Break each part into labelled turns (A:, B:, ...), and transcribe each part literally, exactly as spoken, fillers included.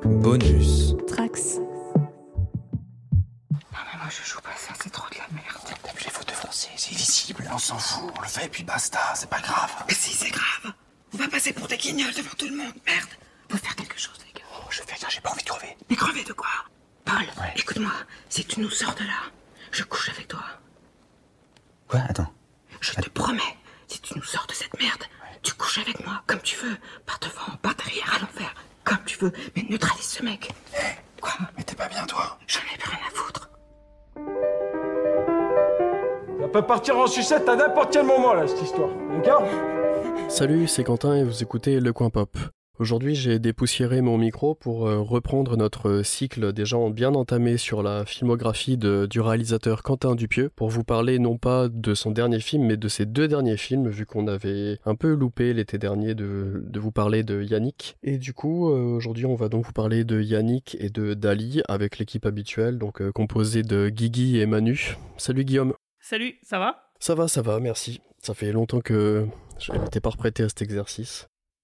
A: Bonus.
B: Trax.
C: Non mais moi je joue pas ça, c'est trop de la merde.
D: T'as vu les photos foncées, c'est illisible, on s'en fout, on le fait puis basta, c'est pas grave.
C: Mais si c'est grave, on va passer pour des guignols devant tout le monde, merde. Faut faire quelque chose les gars.
D: Oh, je fais rien, j'ai pas envie de crever.
C: Mais crever de quoi? Paul,
D: Ouais.
C: écoute-moi, si tu nous sors de là, je couche avec toi.
D: Quoi? Attends.
C: Je te promets, si tu nous sors de cette merde, tu couches avec moi, comme tu veux. Par devant, par derrière, à l'envers, comme tu veux, mais neutralise ce mec.
D: Hé, quoi? Mais t'es pas bien toi?
C: J'en ai plus rien à foutre.
E: Ça peut partir en sucette à n'importe quel moment là, cette histoire, d'accord?
F: Salut, c'est Quentin et vous écoutez Le Coin Pop. Aujourd'hui, j'ai dépoussiéré mon micro pour euh, reprendre notre cycle déjà bien entamé sur la filmographie de, du réalisateur Quentin Dupieux pour vous parler non pas de son dernier film, mais de ses deux derniers films, vu qu'on avait un peu loupé l'été dernier de, de vous parler de Yannick. Et du coup, euh, aujourd'hui, on va donc vous parler de Yannick et de Dali avec l'équipe habituelle, donc euh, composée de Guigui et Manu. Salut Guillaume.
G: Salut, ça va?
F: Ça va, ça va, merci. Ça fait longtemps que je m'étais pas reprêté à cet exercice.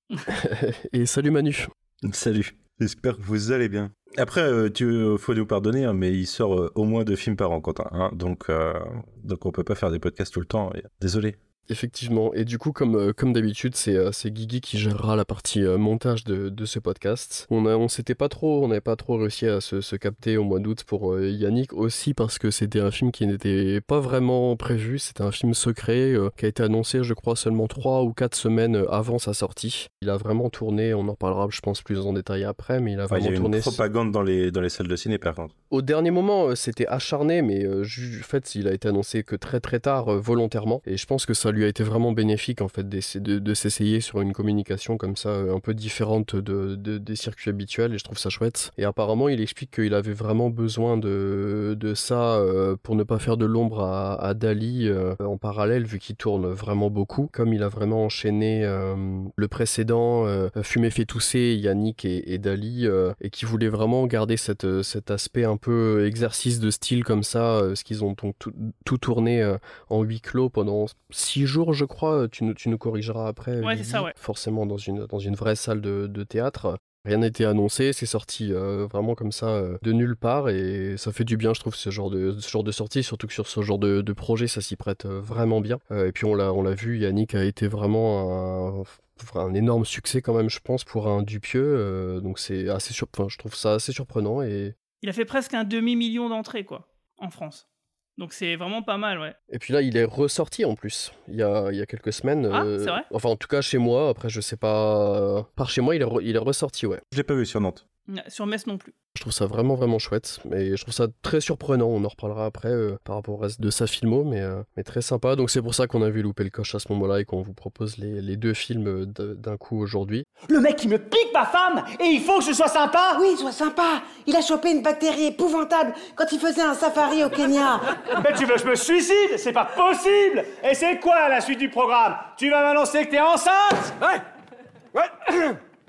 F: Et salut Manu.
H: Salut, j'espère que vous allez bien. Après, euh, tu euh, faut nous pardonner, hein, mais il sort euh, au moins deux films par an, Quentin. Hein, donc, euh, donc on peut pas faire des podcasts tout le temps. Et... Désolé.
F: Effectivement, et du coup, comme, euh, comme d'habitude, c'est, euh, c'est Guigui qui gérera la partie euh, montage de, de ce podcast. On, a, on s'était pas trop, on n'avait pas trop réussi à se, se capter au mois d'août pour euh, Yannick, aussi parce que c'était un film qui n'était pas vraiment prévu, c'était un film secret euh, qui a été annoncé, je crois, seulement trois ou quatre semaines avant sa sortie. Il a vraiment tourné, on en reparlera, je pense, plus en détail après, mais il a
H: Enfin,
F: vraiment
H: il y a
F: tourné...
H: une propagande dans les, dans les salles de ciné, par contre.
F: Au dernier moment, euh, c'était acharné, mais euh, ju- en fait, il a été annoncé que très très tard, euh, volontairement, et je pense que ça lui a été vraiment bénéfique en fait d'essa- de, de s'essayer sur une communication comme ça euh, un peu différente de, de- des circuits habituels, et je trouve ça chouette. Et apparemment il explique qu'il avait vraiment besoin de, de ça euh, pour ne pas faire de l'ombre à, à Dali euh, en parallèle, vu qu'il tourne vraiment beaucoup, comme il a vraiment enchaîné euh, le précédent euh, Fumer fait tousser, Yannick et, et Dali, euh, et qui voulait vraiment garder cette, cet aspect un peu exercice de style comme ça, euh, ce qu'ils ont donc tout, tout tourné euh, en huis clos pendant six jours, je crois. Tu nous, tu nous corrigeras après.
G: Ouais,
F: Guigui.
G: c'est ça, ouais.
F: Forcément dans une, dans une vraie salle de, de théâtre. Rien n'a été annoncé, c'est sorti euh, vraiment comme ça euh, de nulle part, et ça fait du bien, je trouve, ce genre de, ce genre de sortie, surtout que sur ce genre de, de projet, ça s'y prête euh, vraiment bien. Euh, et puis on l'a, on l'a vu, Yannick a été vraiment un, un énorme succès quand même, je pense, pour un Dupieux. Euh, donc c'est assez sur... enfin, je trouve ça assez surprenant. Et...
G: Il a fait presque un demi-million d'entrées, quoi, en France. Donc c'est vraiment pas mal, ouais.
F: Et puis là, il est ressorti en plus, il y a, il y a quelques semaines.
G: Ah,
F: euh,
G: c'est vrai?
F: Enfin, en tout cas, chez moi, après, je sais pas... Par chez moi, il est, re- il est ressorti, ouais.
H: Je l'ai pas vu sur Nantes.
G: Sur Metz non plus.
F: Je trouve ça vraiment vraiment chouette, mais je trouve ça très surprenant, on en reparlera après euh, par rapport au reste de sa filmo, mais, euh, mais très sympa, donc c'est pour ça qu'on a vu louper le coche à ce moment-là et qu'on vous propose les, les deux films euh, d- d'un coup aujourd'hui.
I: Le mec il me pique ma femme et il faut que je sois sympa.
C: Oui, sois sympa. Il a chopé une bactérie épouvantable quand il faisait un safari au Kenya.
I: Mais tu veux que je me suicide? C'est pas possible. Et c'est quoi la suite du programme? Tu vas m'annoncer que t'es enceinte?
E: Ouais Ouais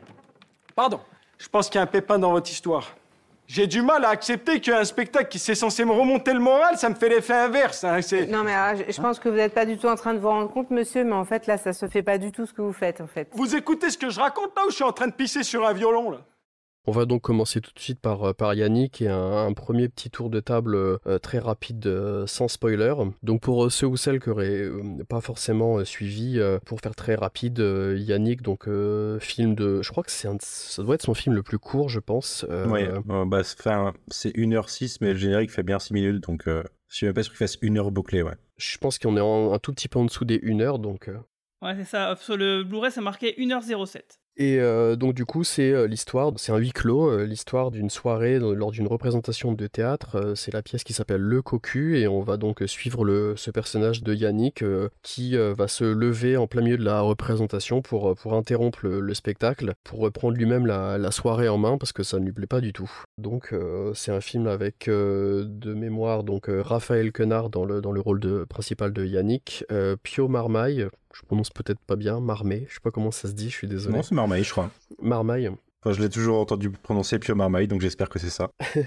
E: Pardon, je pense qu'il y a un pépin dans votre histoire. J'ai du mal à accepter qu'un spectacle qui c'est censé me remonter le moral, ça me fait l'effet inverse. Hein, c'est...
J: Non mais alors, je, je pense que vous n'êtes pas du tout en train de vous rendre compte, monsieur, mais en fait là, ça se fait pas du tout ce que vous faites, en fait.
E: Vous écoutez ce que je raconte là ou je suis en train de pisser sur un violon là?
F: On va donc commencer tout de suite par, par Yannick et un, un premier petit tour de table euh, très rapide, euh, sans spoiler. Donc pour euh, ceux ou celles qui n'auraient euh, pas forcément euh, suivi, euh, pour faire très rapide, euh, Yannick, donc euh, film de... Je crois que c'est un, ça doit être son film le plus court, je pense. Euh,
H: Ouais, euh, bah, c'est, enfin, c'est une heure six, mais le générique fait bien six minutes, donc euh, je suis même pas sûr qu'il fasse une heure bouclée, ouais.
F: Je pense qu'on est en- un tout petit peu en dessous des une heure, donc... euh,
G: Ouais, c'est ça. Sur le Blu-ray, ça marquait une heure zéro sept.
F: Et euh, donc du coup c'est euh, l'histoire, c'est un huis clos, euh, l'histoire d'une soirée dans- lors d'une représentation de théâtre. Euh, c'est la pièce qui s'appelle Le Cocu, et on va donc suivre le, ce personnage de Yannick euh, qui euh, va se lever en plein milieu de la représentation pour, euh, pour interrompre le, le spectacle, pour reprendre lui-même la, la soirée en main parce que ça ne lui plaît pas du tout. Donc euh, c'est un film avec euh, de mémoire donc euh, Raphaël Quenard dans le, dans le rôle de, principal de Yannick, euh, Pio Marmaille, je prononce peut-être pas bien, Marmé, je sais pas comment ça se dit, je suis désolé.
H: Non, c'est Marmaille, je crois.
F: Marmaille.
H: Enfin, je l'ai toujours entendu prononcer Pio Marmaille, donc j'espère que c'est ça.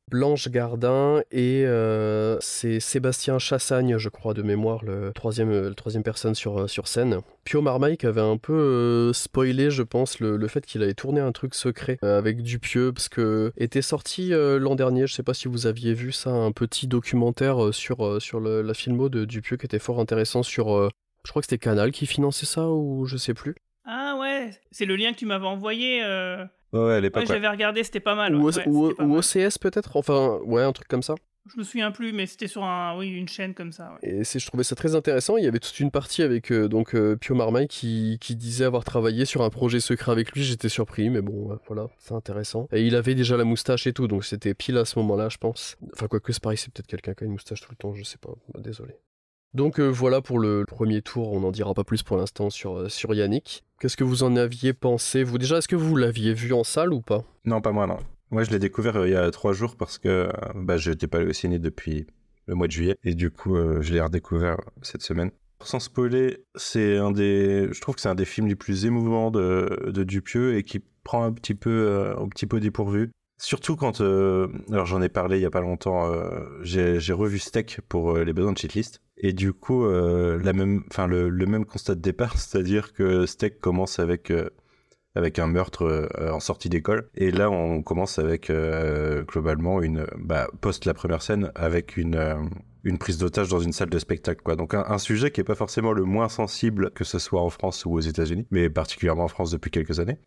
F: Blanche Gardin et euh, c'est Sébastien Chassagne, je crois, de mémoire, le troisième, le troisième personne sur, sur scène. Pio Marmaille qui avait un peu euh, spoilé, je pense, le, le fait qu'il avait tourné un truc secret euh, avec Dupieux, parce que était sorti euh, l'an dernier, je sais pas si vous aviez vu ça, un petit documentaire euh, sur, euh, sur le, la filmo de Dupieux qui était fort intéressant sur... Euh, je crois que c'était Canal qui finançait ça, ou je sais plus.
G: Ah ouais, c'est le lien que tu m'avais envoyé... Euh...
H: Ouais, ouais, à l'époque.
G: Ouais, j'avais regardé, c'était pas mal.
F: Ou,
G: ouais,
F: o-
G: ouais,
F: ou, ou O C S peut-être, enfin, ouais, un truc comme ça.
G: Je me souviens plus, mais c'était sur un, oui, une chaîne comme ça. Ouais.
F: Et c'est, je trouvais ça très intéressant. Il y avait toute une partie avec euh, donc euh, Pio Marmaille qui, qui disait avoir travaillé sur un projet secret avec lui. J'étais surpris, mais bon, euh, voilà, c'est intéressant. Et il avait déjà la moustache et tout, donc c'était pile à ce moment-là, je pense. Enfin, quoique c'est pareil, c'est peut-être quelqu'un qui a une moustache tout le temps, je sais pas. Bah, désolé. Donc euh, voilà pour le premier tour. On n'en dira pas plus pour l'instant sur, euh, sur Yannick. Qu'est-ce que vous en aviez pensé, vous déjà? Est-ce que vous l'aviez vu en salle ou pas?
H: Non, pas moi, non. Moi, je l'ai découvert euh, il y a trois jours parce que euh, bah, je n'étais pas allé au ciné depuis le mois de juillet. Et du coup, euh, je l'ai redécouvert cette semaine. Sans spoiler, c'est un des... je trouve que c'est un des films les plus émouvants de, de Dupieux et qui prend un petit peu, euh, un petit peu dépourvu. Surtout quand... Euh... Alors, j'en ai parlé il y a pas longtemps. Euh... J'ai, j'ai revu Steak pour euh, les besoins de Cheatlist. Et du coup, euh, la même... enfin, le, le même constat de départ, c'est-à-dire que Steak commence avec... Euh... avec un meurtre euh, en sortie d'école. Et là, on commence avec, euh, globalement, une, bah, post la première scène, avec une, euh, une prise d'otage dans une salle de spectacle, quoi. Donc un, un sujet qui est pas forcément le moins sensible, que ce soit en France ou aux États-Unis, mais particulièrement en France depuis quelques années.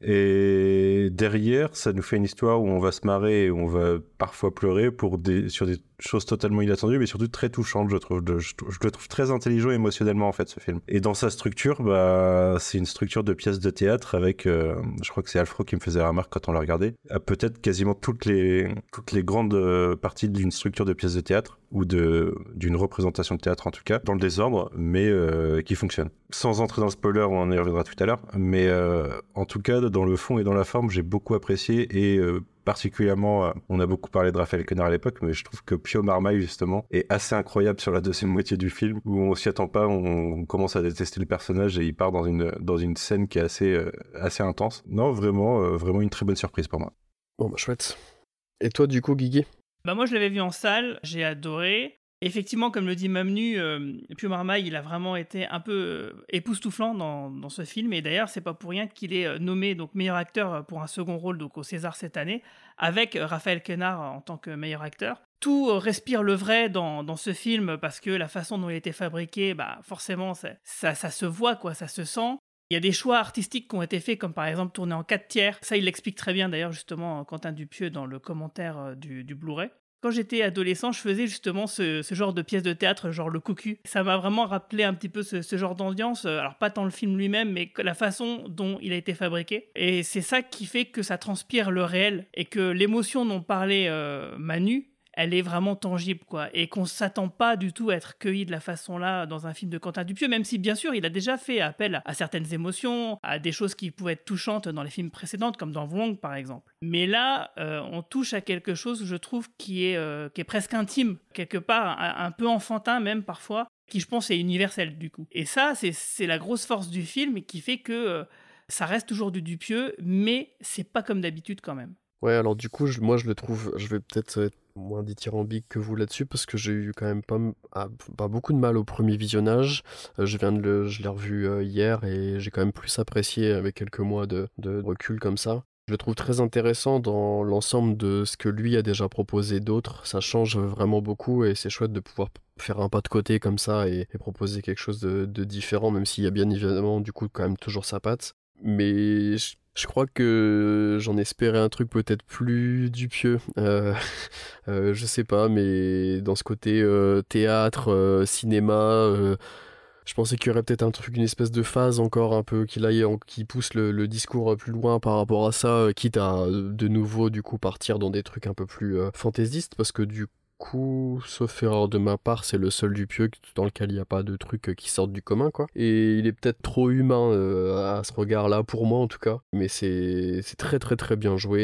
H: Et derrière, ça nous fait une histoire où on va se marrer et où on va parfois pleurer pour des, sur des choses totalement inattendues, mais surtout très touchantes, je trouve. Je, je, je le trouve très intelligent émotionnellement, en fait, ce film. Et dans sa structure, bah, c'est une structure de pièce de théâtre avec, euh, je crois que c'est Alfro qui me faisait la remarque quand on l'a regardé, à peut-être quasiment toutes les, toutes les grandes parties d'une structure de pièce de théâtre, ou de, d'une représentation de théâtre en tout cas, dans le désordre, mais euh, qui fonctionne. Sans entrer dans le spoiler, on y reviendra tout à l'heure, mais euh, en tout cas, dans le fond et dans la forme, j'ai beaucoup apprécié, et euh, particulièrement, euh, on a beaucoup parlé de Raphaël Quenard à l'époque, mais je trouve que Pio Marmaille, justement, est assez incroyable sur la deuxième moitié du film, où on s'y attend pas, on, on commence à détester le personnage, et il part dans une, dans une scène qui est assez, euh, assez intense. Non, vraiment, euh, vraiment une très bonne surprise pour moi.
F: Bon, bah chouette. Et toi, du coup, Guigui?
G: Bah moi je l'avais vu en salle, j'ai adoré. Effectivement, comme le dit Mamnu, euh, Pio Marmaille, il a vraiment été un peu euh, époustouflant dans, dans ce film. Et d'ailleurs, c'est pas pour rien qu'il est nommé donc meilleur acteur pour un second rôle donc au César cette année, avec Raphaël Quenard en tant que meilleur acteur. Tout respire le vrai dans, dans ce film parce que la façon dont il a été fabriqué, bah forcément, ça, ça, ça se voit, quoi, ça se sent. Il y a des choix artistiques qui ont été faits, comme par exemple tourner en quatre tiers. Ça, il l'explique très bien d'ailleurs, justement, Quentin Dupieux dans le commentaire du, du Blu-ray. Quand j'étais adolescent, je faisais justement ce, ce genre de pièce de théâtre, genre le cocu. Ça m'a vraiment rappelé un petit peu ce, ce genre d'ambiance. Alors, pas tant le film lui-même, mais la façon dont il a été fabriqué. Et c'est ça qui fait que ça transpire le réel et que l'émotion dont parlait euh, Manu, elle est vraiment tangible, quoi. Et qu'on ne s'attend pas du tout à être cueilli de la façon-là dans un film de Quentin Dupieux, même si, bien sûr, il a déjà fait appel à certaines émotions, à des choses qui pouvaient être touchantes dans les films précédents, comme dans Wong, par exemple. Mais là, euh, on touche à quelque chose, je trouve, qui est, euh, qui est presque intime, quelque part, un, un peu enfantin même, parfois, qui, je pense, est universel, du coup. Et ça, c'est, c'est la grosse force du film, et qui fait que euh, ça reste toujours du Dupieux, mais c'est pas comme d'habitude, quand même.
F: Ouais, alors du coup, je, moi je le trouve, je vais peut-être être moins dithyrambique que vous là-dessus, parce que j'ai eu quand même pas, ah, pas beaucoup de mal au premier visionnage. Euh, je viens de le, je l'ai revu euh, hier, et j'ai quand même plus apprécié avec quelques mois de, de recul comme ça. Je le trouve très intéressant dans l'ensemble de ce que lui a déjà proposé d'autres. Ça change vraiment beaucoup, et c'est chouette de pouvoir faire un pas de côté comme ça et, et proposer quelque chose de, de différent, même s'il y a bien évidemment du coup quand même toujours sa patte. Mais je, je crois que j'en espérais un truc peut-être plus Dupieux. Euh, euh, je sais pas, mais dans ce côté euh, théâtre, euh, cinéma... Euh, Je pensais qu'il y aurait peut-être un truc, une espèce de phase encore un peu qui, aille, qui pousse le, le discours plus loin par rapport à ça, quitte à de nouveau du coup partir dans des trucs un peu plus euh, fantaisistes, parce que du coup, sauf erreur de ma part, c'est le seul Dupieux dans lequel il n'y a pas de trucs qui sortent du commun, quoi. Et il est peut-être trop humain euh, à ce regard-là, pour moi en tout cas, mais c'est, c'est très très très bien joué.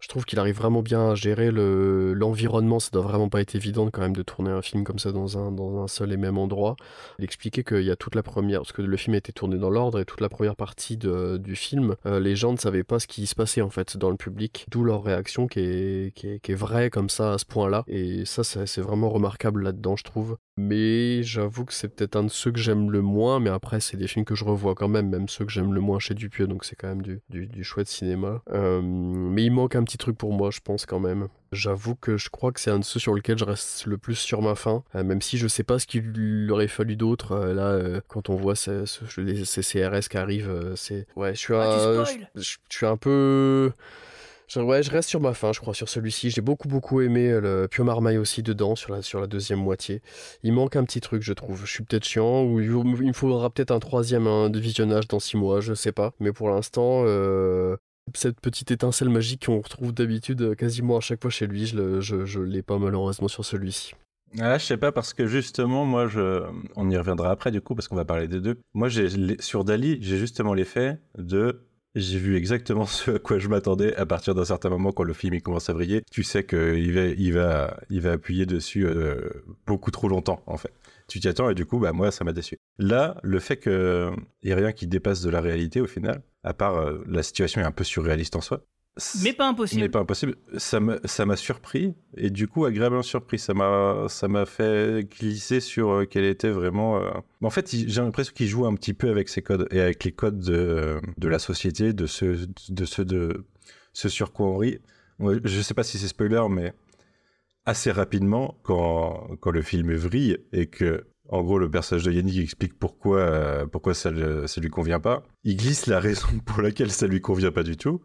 F: Je trouve qu'il arrive vraiment bien à gérer le, l'environnement. Ça doit vraiment pas être évident quand même de tourner un film comme ça dans un, dans un seul et même endroit. Il expliquait qu'il y a toute la première, parce que le film a été tourné dans l'ordre et toute la première partie de, du film, euh, les gens ne savaient pas ce qui se passait en fait dans le public, d'où leur réaction qui est, qui est, qui est vraie comme ça à ce point-là. Et ça, c'est, c'est vraiment remarquable là-dedans, je trouve. Mais j'avoue que c'est peut-être un de ceux que j'aime le moins, mais après c'est des films que je revois quand même, même ceux que j'aime le moins chez Dupieux, donc c'est quand même du, du, du chouette cinéma. Euh, mais il manque un petit truc pour moi, je pense quand même. J'avoue que je crois que c'est un de ceux sur lequel je reste le plus sur ma faim, euh, même si je sais pas ce qu'il aurait fallu d'autre. Euh, là, euh, quand on voit ces, ces, les, ces C R S qui arrivent, euh, c'est... Ouais, je suis un...
G: Ah,
F: je, je, je suis un peu... Je, ouais, je reste sur ma faim, je crois, sur celui-ci. J'ai beaucoup, beaucoup aimé le Pio Marmaille aussi dedans, sur la, sur la deuxième moitié. Il manque un petit truc, je trouve. Je suis peut-être chiant, ou il me faudra peut-être un troisième hein, de visionnage dans six mois, je sais pas. Mais pour l'instant, euh, cette petite étincelle magique qu'on retrouve d'habitude quasiment à chaque fois chez lui, je, le, je, je l'ai pas malheureusement sur celui-ci.
H: Ah, je sais pas, parce que justement, moi, je... on y reviendra après, du coup, parce qu'on va parler des deux. Moi, j'ai... sur Dali, j'ai justement l'effet de... J'ai vu exactement ce à quoi je m'attendais à partir d'un certain moment quand le film il commence à briller. Tu sais qu'il va, il va, il va appuyer dessus euh, beaucoup trop longtemps, en fait. Tu t'y attends et du coup, bah, moi, ça m'a déçu. Là, le fait qu'il n'y ait rien qui dépasse de la réalité, au final, à part euh, la situation est un peu surréaliste en soi.
G: Mais pas impossible.
H: Mais pas impossible. Ça m'a, ça m'a surpris et du coup agréablement surpris. Ça m'a, ça m'a fait glisser sur euh, quel était vraiment. Euh... En fait, il, j'ai l'impression qu'il joue un petit peu avec ses codes et avec les codes de, de la société, de ce, de ce, de ce sur quoi on rit. Je sais pas si c'est spoiler, mais assez rapidement, quand, quand le film vrille et que en gros, le personnage de Yannick explique pourquoi, euh, pourquoi ça, le, ça lui convient pas. Il glisse la raison pour laquelle ça lui convient pas du tout.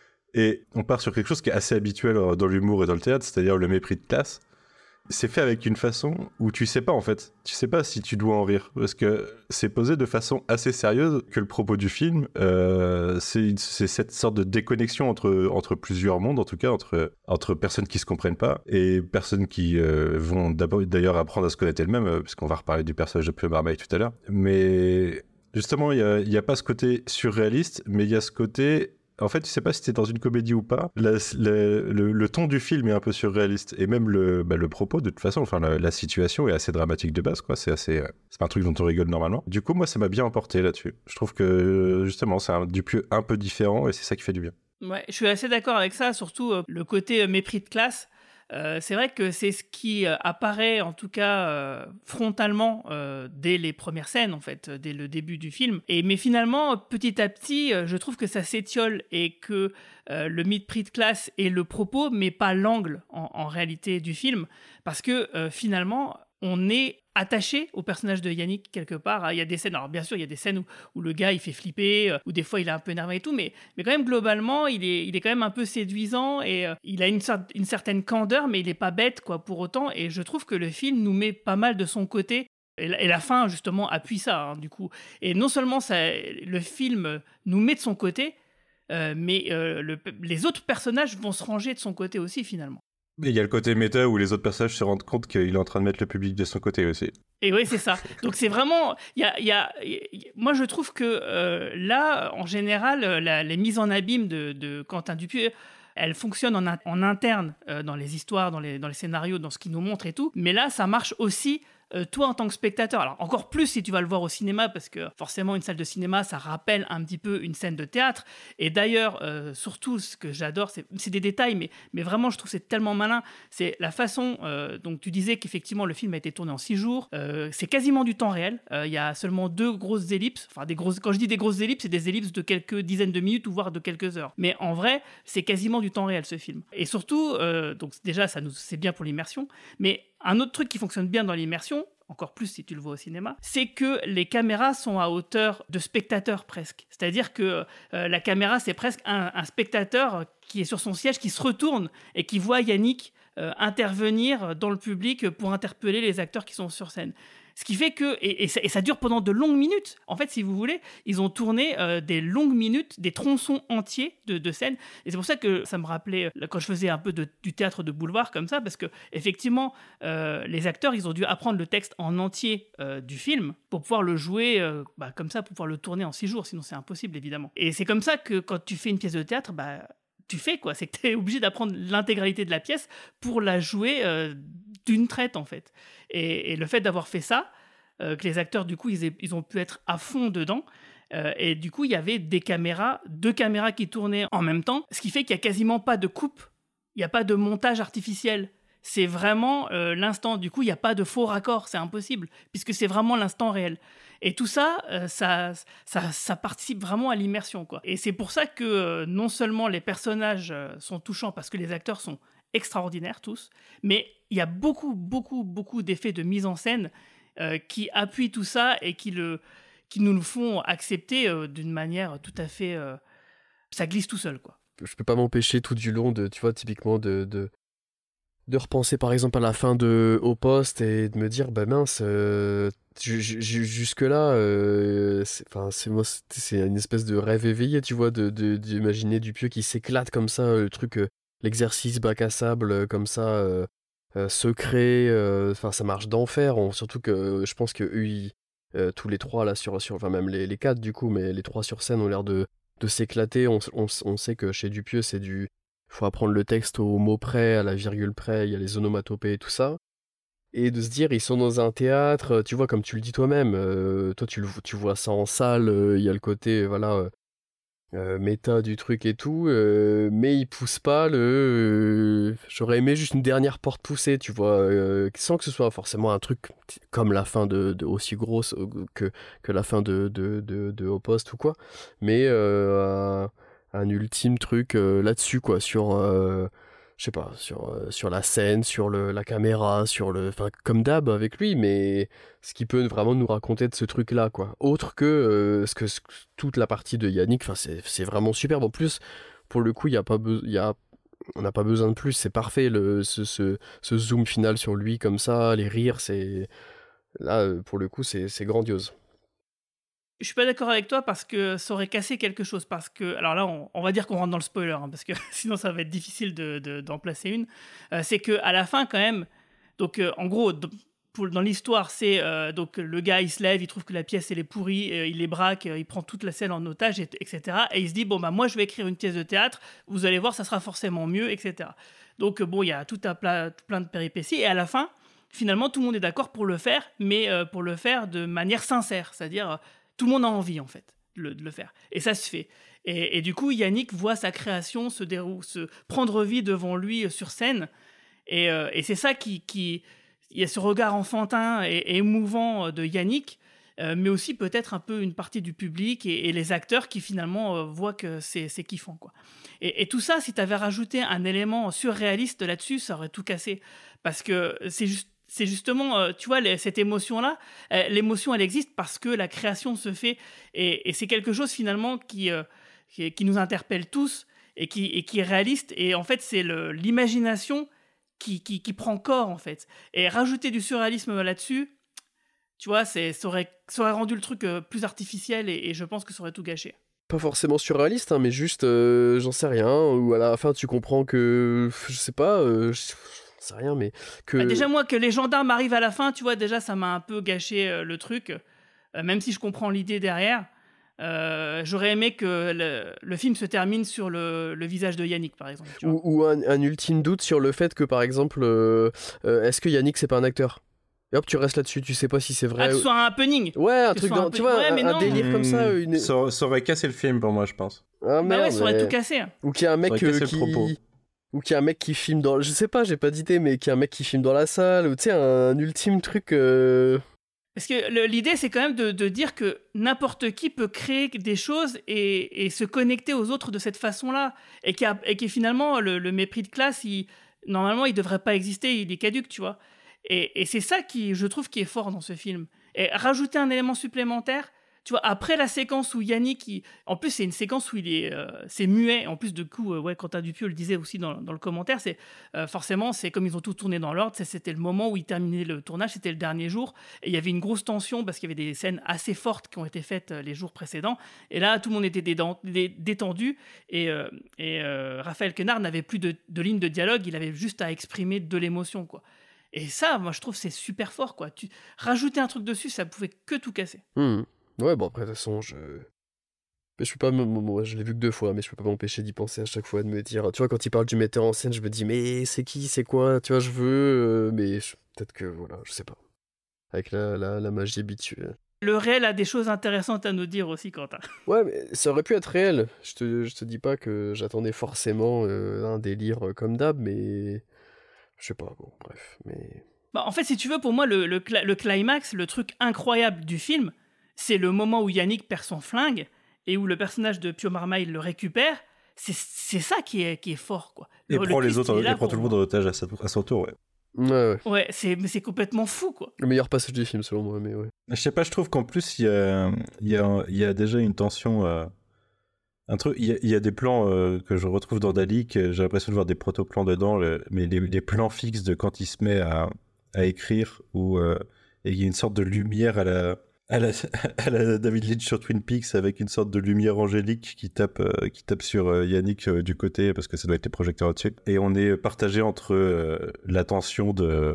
H: Et on part sur quelque chose qui est assez habituel dans l'humour et dans le théâtre, c'est-à-dire le mépris de classe. C'est fait avec une façon où tu sais pas en fait, tu sais pas si tu dois en rire, parce que c'est posé de façon assez sérieuse que le propos du film, euh, c'est, c'est cette sorte de déconnexion entre, entre plusieurs mondes, en tout cas entre, entre personnes qui se comprennent pas et personnes qui euh, vont d'abord d'ailleurs apprendre à se connaître elles-mêmes, euh, puisqu'on va reparler du personnage de Pio Marmaille tout à l'heure. Mais justement, il y a, y a pas ce côté surréaliste, mais il y a ce côté... En fait, tu sais pas si t'es dans une comédie ou pas. La, la, le, le ton du film est un peu surréaliste. Et même le, bah, le propos, de toute façon, enfin, la, la situation est assez dramatique de base, quoi. C'est assez, c'est pas un truc dont on rigole normalement. Du coup, moi, ça m'a bien emporté là-dessus. Je trouve que, justement, c'est un Dupieux un peu différent et c'est ça qui fait du bien.
G: Ouais, je suis assez d'accord avec ça, surtout euh, le côté euh, mépris de classe. Euh, c'est vrai que c'est ce qui euh, apparaît en tout cas euh, frontalement euh, dès les premières scènes en fait, dès le début du film. Et mais finalement, petit à petit, euh, je trouve que ça s'étiole et que euh, le mépris de classe est le propos, mais pas l'angle en, en réalité du film, parce que euh, finalement, on est attaché au personnage de Yannick quelque part. Il y a des scènes, alors bien sûr, il y a des scènes où, où le gars il fait flipper, où des fois il est un peu énervé et tout, mais, mais quand même globalement, il est, il est quand même un peu séduisant et euh, il a une, une certaine candeur, mais il est pas bête quoi pour autant. Et je trouve que le film nous met pas mal de son côté. Et la, et la fin justement appuie ça hein, du coup. Et non seulement ça, le film nous met de son côté, euh, mais euh, le, les autres personnages vont se ranger de son côté aussi finalement.
H: Et il y a le côté méta où les autres personnages se rendent compte qu'il est en train de mettre le public de son côté aussi.
G: Et oui, c'est ça. Donc c'est vraiment... Y a, y a, y a, moi, je trouve que euh, là, en général, la, les mises en abîme de, de Quentin Dupieux, elles fonctionnent en, en interne, euh, dans les histoires, dans les, dans les scénarios, dans ce qu'il nous montre et tout. Mais là, ça marche aussi... Euh, toi en tant que spectateur, alors encore plus si tu vas le voir au cinéma, parce que forcément une salle de cinéma ça rappelle un petit peu une scène de théâtre, et d'ailleurs euh, surtout ce que j'adore, c'est, c'est des détails, mais, mais vraiment je trouve que c'est tellement malin, c'est la façon, euh, donc tu disais qu'effectivement le film a été tourné en six jours, euh, c'est quasiment du temps réel, il euh, y a seulement deux grosses ellipses, enfin des grosses, quand je dis des grosses ellipses, c'est des ellipses de quelques dizaines de minutes ou voire de quelques heures, mais en vrai c'est quasiment du temps réel ce film, et surtout, euh, donc déjà ça nous, c'est bien pour l'immersion, mais un autre truc qui fonctionne bien dans l'immersion, encore plus si tu le vois au cinéma, c'est que les caméras sont à hauteur de spectateur presque. C'est-à-dire que euh, la caméra, c'est presque un, un spectateur qui est sur son siège, qui se retourne et qui voit Yannick euh, intervenir dans le public pour interpeller les acteurs qui sont sur scène. Ce qui fait que, et, et, ça, et ça dure pendant de longues minutes. En fait, si vous voulez, ils ont tourné euh, des longues minutes, des tronçons entiers de, de scènes. Et c'est pour ça que ça me rappelait, quand je faisais un peu de, du théâtre de boulevard comme ça, parce que effectivement, euh, les acteurs, ils ont dû apprendre le texte en entier euh, du film pour pouvoir le jouer euh, bah, comme ça, pour pouvoir le tourner en six jours. Sinon, c'est impossible, évidemment. Et c'est comme ça que quand tu fais une pièce de théâtre, bah, tu fais, quoi. C'est que tu es obligé d'apprendre l'intégralité de la pièce pour la jouer euh, d'une traite, en fait. Et, et le fait d'avoir fait ça, euh, que les acteurs, du coup, ils, aient, ils ont pu être à fond dedans. Euh, et du coup, il y avait des caméras, deux caméras qui tournaient en même temps, ce qui fait qu'il n'y a quasiment pas de coupe, il n'y a pas de montage artificiel. C'est vraiment euh, l'instant. Du coup, il n'y a pas de faux raccord, c'est impossible, puisque c'est vraiment l'instant réel. Et tout ça, euh, ça, ça, ça participe vraiment à l'immersion, quoi. Et c'est pour ça que euh, non seulement les personnages euh, sont touchants, parce que les acteurs sont extraordinaires tous, mais il y a beaucoup, beaucoup, beaucoup d'effets de mise en scène euh, qui appuient tout ça et qui, le, qui nous le font accepter euh, d'une manière tout à fait... Euh, ça glisse tout seul, quoi.
F: Je peux pas m'empêcher tout du long de, tu vois, typiquement de... de... de repenser par exemple à la fin de Au Poste et de me dire bah mince euh, jusque là euh, c'est, c'est, moi, c'est, c'est une espèce de rêve éveillé, tu vois, de, de, d'imaginer Dupieux qui s'éclate comme ça, le truc euh, l'exercice bac à sable euh, comme ça euh, euh, secret, enfin euh, ça marche d'enfer. On, surtout que euh, je pense que eux ils, euh, tous les trois là sur, sur enfin même les, les quatre du coup, mais les trois sur scène ont l'air de, de s'éclater. On, on, on sait que chez Dupieux c'est du faut apprendre le texte au mot près, à la virgule près, il y a les onomatopées et tout ça. Et de se dire, ils sont dans un théâtre, tu vois, comme tu le dis toi-même, euh, toi tu, le, tu vois ça en salle, euh, il y a le côté, voilà, euh, euh, méta du truc et tout, euh, mais ils poussent pas le... Euh, j'aurais aimé juste une dernière porte poussée, tu vois, euh, sans que ce soit forcément un truc comme la fin de, de aussi grosse que, que la fin de, de, de, de Au Poste ou quoi, mais... Euh, un ultime truc euh, là-dessus, quoi, sur, euh, je sais pas, sur, euh, sur la scène, sur le, la caméra, sur le... Enfin, comme d'hab avec lui, mais ce qui peut vraiment nous raconter de ce truc-là, quoi. Autre que, euh, ce que ce, toute la partie de Yannick, enfin, c'est, c'est vraiment superbe. En plus, pour le coup, il y a pas be- y a... on n'a pas besoin de plus, c'est parfait, le, ce, ce, ce zoom final sur lui, comme ça, les rires, c'est... Là, pour le coup, c'est, c'est grandiose.
G: Je suis pas d'accord avec toi parce que ça aurait cassé quelque chose. Parce que, alors là, on, on va dire qu'on rentre dans le spoiler, hein, parce que sinon ça va être difficile de, de, d'en placer une. Euh, c'est que à la fin, quand même, donc euh, en gros, d- pour, dans l'histoire, c'est euh, donc le gars, il se lève, il trouve que la pièce elle est pourrie, euh, il les braque, euh, il prend toute la scène en otage, et, etc. Et il se dit bon bah moi je vais écrire une pièce de théâtre. Vous allez voir, ça sera forcément mieux, et cetera. Donc euh, bon, il y a tout un pla- tout plein de péripéties. Et à la fin, finalement, tout le monde est d'accord pour le faire, mais euh, pour le faire de manière sincère, c'est-à-dire euh, tout le monde a envie, en fait, de le, de le faire. Et ça se fait. Et, et du coup, Yannick voit sa création se, dérou- se prendre vie devant lui euh, sur scène. Et, euh, et c'est ça qui, qui... Il y a ce regard enfantin et, et émouvant de Yannick, euh, mais aussi peut-être un peu une partie du public et, et les acteurs qui, finalement, euh, voient que c'est, c'est kiffant, quoi. Et, et tout ça, si tu avais rajouté un élément surréaliste là-dessus, ça aurait tout cassé. Parce que c'est juste C'est justement, euh, tu vois, les, cette émotion-là, euh, l'émotion, elle existe parce que la création se fait. Et, et c'est quelque chose, finalement, qui, euh, qui, qui nous interpelle tous et qui, et qui est réaliste. Et en fait, c'est le, l'imagination qui, qui, qui prend corps, en fait. Et rajouter du surréalisme là-dessus, tu vois, c'est, ça, aurait, ça aurait rendu le truc euh, plus artificiel et, et je pense que ça aurait tout gâché.
F: Pas forcément surréaliste, hein, mais juste, euh, j'en sais rien, ou à la fin, tu comprends que, je sais pas... Euh, je... c'est rien, mais que...
G: Bah déjà, moi, que les gendarmes arrivent à la fin, tu vois, déjà, ça m'a un peu gâché euh, le truc. Euh, même si je comprends l'idée derrière, euh, j'aurais aimé que le, le film se termine sur le, le visage de Yannick, par exemple. Tu vois.
F: Ou, ou un, un ultime doute sur le fait que, par exemple, euh, euh, est-ce que Yannick, c'est pas un acteur ? Et hop, tu restes là-dessus, tu sais pas si c'est vrai.
G: Ah, que ce soit un happening.
F: Ouais, un
G: que
F: truc,
G: dans,
F: dans, tu vois,
G: ouais,
F: un, un délire
H: Mmh,
F: comme ça. Une...
H: ça. Ça aurait cassé le film pour moi, je pense.
F: Ah,
G: bah
F: merde,
G: ouais, ça aurait
F: mais...
G: tout cassé.
F: Ou qu'il y a un mec
H: Ça aurait
F: euh,
H: cassé le propos.
F: qui... Ou qu'il y a un mec qui filme dans... Je sais pas, j'ai pas d'idée, mais qu'il y a un mec qui filme dans la salle, ou tu sais, un, un ultime truc... Euh...
G: Parce que le, l'idée, c'est quand même de, de dire que n'importe qui peut créer des choses et, et se connecter aux autres de cette façon-là. Et qui et finalement, le, le mépris de classe, il, normalement, il devrait pas exister, il est caduque, tu vois. Et, et c'est ça qui, je trouve, qui est fort dans ce film. Et rajouter un élément supplémentaire, tu vois, après la séquence où Yannick, il... en plus c'est une séquence où il est, euh, c'est muet. En plus, de coup, euh, ouais, Quentin Dupieux le disait aussi dans, dans le commentaire, c'est euh, forcément, c'est comme ils ont tout tourné dans l'ordre. C'était le moment où il terminait le tournage, c'était le dernier jour, et il y avait une grosse tension parce qu'il y avait des scènes assez fortes qui ont été faites euh, les jours précédents. Et là, tout le monde était dédent, dé, détendu, et, euh, et euh, Raphaël Quenard n'avait plus de, de ligne de dialogue, il avait juste à exprimer de l'émotion, quoi. Et ça, moi, je trouve c'est super fort, quoi. Tu... Rajouter un truc dessus, ça pouvait que tout casser.
F: Mmh. Ouais, bon, après, de toute façon, je... Mais je peux pas, me- moi je l'ai vu que deux fois, mais je peux pas m'empêcher d'y penser à chaque fois, de me dire, tu vois, quand il parle du metteur en scène, je me dis, mais c'est qui, c'est quoi, tu vois, je veux, euh, mais je- peut-être que, voilà, je sais pas. Avec la, la, la magie habituelle.
G: Le réel a des choses intéressantes à nous dire aussi, Quentin.
F: Ouais, mais ça aurait pu être réel. Je te, je te dis pas que j'attendais forcément euh, un délire euh, comme d'hab, mais je sais pas, bon, bref, mais...
G: Bah, en fait, si tu veux, pour moi, le, le, cla- le climax, le truc incroyable du film, c'est le moment où Yannick perd son flingue et où le personnage de Pio Marmaille le récupère. C'est, c'est ça qui est, qui est fort, quoi.
H: Et
G: Le- le
H: prend les
G: twist,
H: autres,
G: il est là
H: et prend
G: pour
H: tout le monde
G: moi.
H: en otage à, sa- à son tour, ouais.
F: Ouais, ouais.
G: Ouais, c'est, mais c'est complètement fou, quoi.
F: Le meilleur passage du film, selon moi, mais ouais.
H: Je sais pas, je trouve qu'en plus, il y a, il y a, il y a déjà une tension. euh, un truc, il y a, il y a des plans euh, que je retrouve dans Dali, que j'ai l'impression de voir des proto-plans dedans, le- mais les, les plans fixes de quand il se met à, à écrire, où euh, et il y a une sorte de lumière à la, à la, à la David Lynch sur Twin Peaks, avec une sorte de lumière angélique qui tape, euh, qui tape sur euh, Yannick euh, du côté, parce que ça doit être les projecteurs au-dessus. Et on est partagé entre euh, la tension de,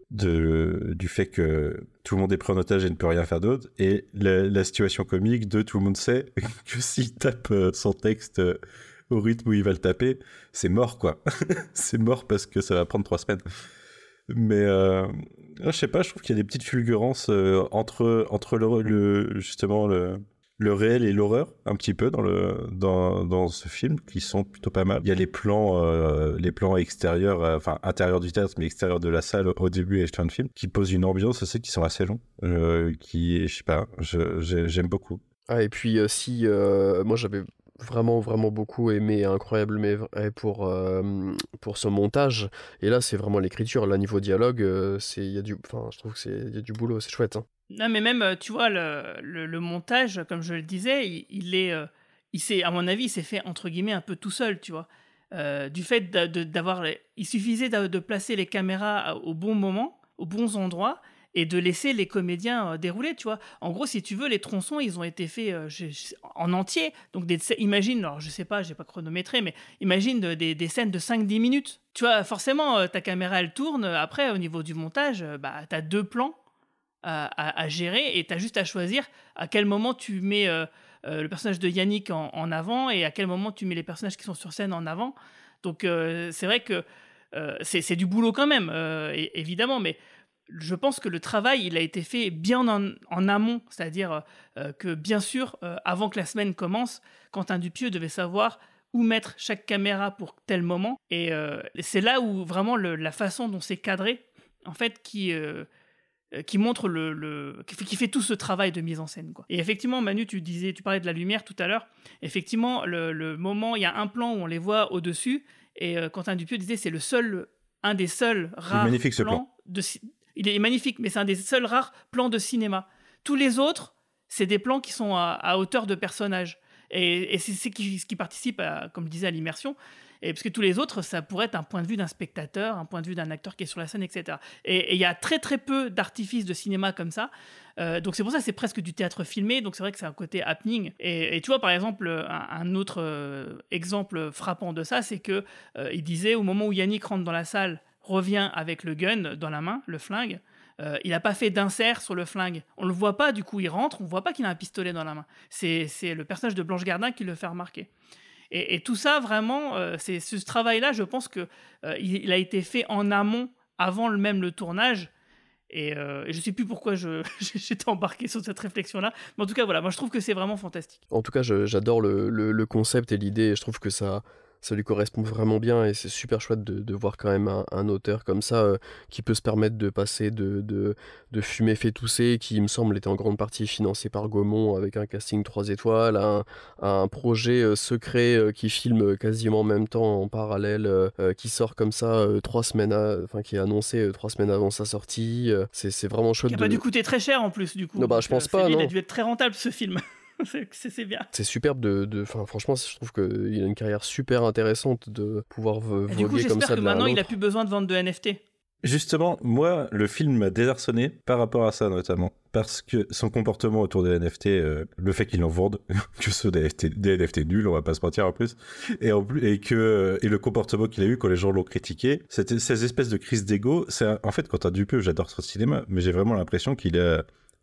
H: de, du fait que tout le monde est pris en otage et ne peut rien faire d'autre, et la, la situation comique de tout le monde sait que s'il tape euh, son texte euh, au rythme où il va le taper, c'est mort, quoi. C'est mort parce que ça va prendre trois semaines. Mais euh, je sais pas, je trouve qu'il y a des petites fulgurances euh, entre, entre le, le, justement le, le réel et l'horreur, un petit peu dans, le, dans, dans ce film, qui sont plutôt pas mal. Il y a les plans, euh, les plans extérieurs, euh, enfin intérieurs du théâtre, mais extérieurs de la salle au début et fin de film, qui posent une ambiance aussi, qui sont assez longs, euh, qui, je sais pas, je, j'ai- j'aime beaucoup.
F: Ah, et puis euh, si, euh, moi j'avais vraiment, vraiment beaucoup aimé Incroyable mais vrai pour, euh, pour ce montage, et là c'est vraiment l'écriture, là niveau dialogue, euh, c'est, il y a du, enfin je trouve que c'est, il y a du boulot, c'est chouette, hein.
G: Non, mais même, euh, tu vois, le, le, le montage, comme je le disais, il, il est, euh, il s'est, à mon avis, il s'est fait entre guillemets un peu tout seul, tu vois. Euh, du fait d'a- de- d'avoir, les- il suffisait d'a- de placer les caméras à- au bon moment, aux bons endroits, et de laisser les comédiens euh, dérouler, tu vois. En gros, si tu veux, les tronçons, ils ont été faits euh, je- je- en entier. Donc, des, imagine, alors je sais pas, j'ai pas chronométré, mais imagine de- des, des scènes de cinq dix minutes. Tu vois, forcément, euh, ta caméra, elle tourne. Après, au niveau du montage, euh, bah, t'as deux plans à, à- à gérer et tu as juste à choisir à quel moment tu mets euh, euh, le personnage de Yannick en, en avant et à quel moment tu mets les personnages qui sont sur scène en avant. Donc euh, c'est vrai que euh, c'est c'est du boulot quand même, euh, et- évidemment, mais je pense que le travail, il a été fait bien en, en amont, c'est-à-dire euh, que bien sûr, euh, avant que la semaine commence, Quentin Dupieux devait savoir où mettre chaque caméra pour tel moment. Et euh, c'est là où vraiment le- la façon dont c'est cadré, en fait, qui... euh, euh, qui montre le, le- qui fait, qui fait tout ce travail de mise en scène, quoi. Et effectivement, Manu, tu disais, tu parlais de la lumière tout à l'heure. Effectivement, le, le moment, il y a un plan où on les voit au-dessus, et euh, Quentin Dupieux disait, c'est le seul, un des seuls rares
H: magnifique, ce
G: plans
H: plan.
G: de. ci- Il est magnifique, mais c'est un des seuls rares plans de cinéma. Tous les autres, c'est des plans qui sont à, à hauteur de personnages. Et, et c'est ce qui, ce qui participe, à, comme je disais, à l'immersion. Et parce que tous les autres, ça pourrait être un point de vue d'un spectateur, un point de vue d'un acteur qui est sur la scène, et cetera. Et il y a très très peu d'artifices de cinéma comme ça. Euh, donc c'est pour ça que c'est presque du théâtre filmé. Donc c'est vrai que c'est un côté happening. Et, et tu vois, par exemple, un, un autre euh, exemple frappant de ça, c'est que euh, il disait, au moment où Yannick rentre dans la salle, revient avec le gun dans la main, le flingue, euh, il n'a pas fait d'insert sur le flingue. On le voit pas, du coup, il rentre, on voit pas qu'il a un pistolet dans la main. C'est c'est le personnage de Blanche Gardin qui le fait remarquer. Et, et tout ça, vraiment, euh, c'est ce travail-là, je pense que euh, il, il a été fait en amont, avant le même le tournage. Et, euh, et je sais plus pourquoi je, j'étais embarqué sur cette réflexion-là. Mais en tout cas, voilà, moi je trouve que c'est vraiment fantastique.
F: En tout cas, je- j'adore le, le- le concept et l'idée, et je trouve que ça, ça lui correspond vraiment bien, et c'est super chouette de, de voir quand même un, un auteur comme ça, euh, qui peut se permettre de passer de, de, de Fumée fait tousser, qui il me semble était en grande partie financé par Gaumont avec un casting trois étoiles, à un, à un projet euh, secret euh, qui filme quasiment en même temps en parallèle, euh, euh, qui sort comme ça euh, trois semaines, à- enfin qui est annoncé euh, trois semaines avant sa sortie. euh, c'est, c'est vraiment chouette.
G: Qui n'a
F: de...
G: pas dû coûter très cher en plus, du coup.
F: Non, bah,
G: Donc,
F: je pense
G: euh,
F: pas,
G: c'est bien,
F: non.
G: Il a dû être très rentable ce film. c'est, c'est, c'est bien.
F: C'est superbe de, de, enfin franchement, je trouve qu'il a une carrière super intéressante de pouvoir vo-
G: Et du coup,
F: voguer comme
G: j'espère
F: ça
G: que
F: de l'un à
G: maintenant il a
F: l'autre.
G: plus besoin de vendre de N F T.
H: Justement, moi, le film m'a désarçonné par rapport à ça, notamment. Parce que son comportement autour des N F T, euh, le fait qu'il en vende, que ce soit des N F T, des N F T nuls, on va pas se mentir en plus, et, en plus, et, que, et le comportement qu'il a eu quand les gens l'ont critiqué, c'était ces espèces de crises d'ego. C'est un- en fait, quand t'as Dupieux, j'adore son cinéma, mais j'ai vraiment l'impression qu'il a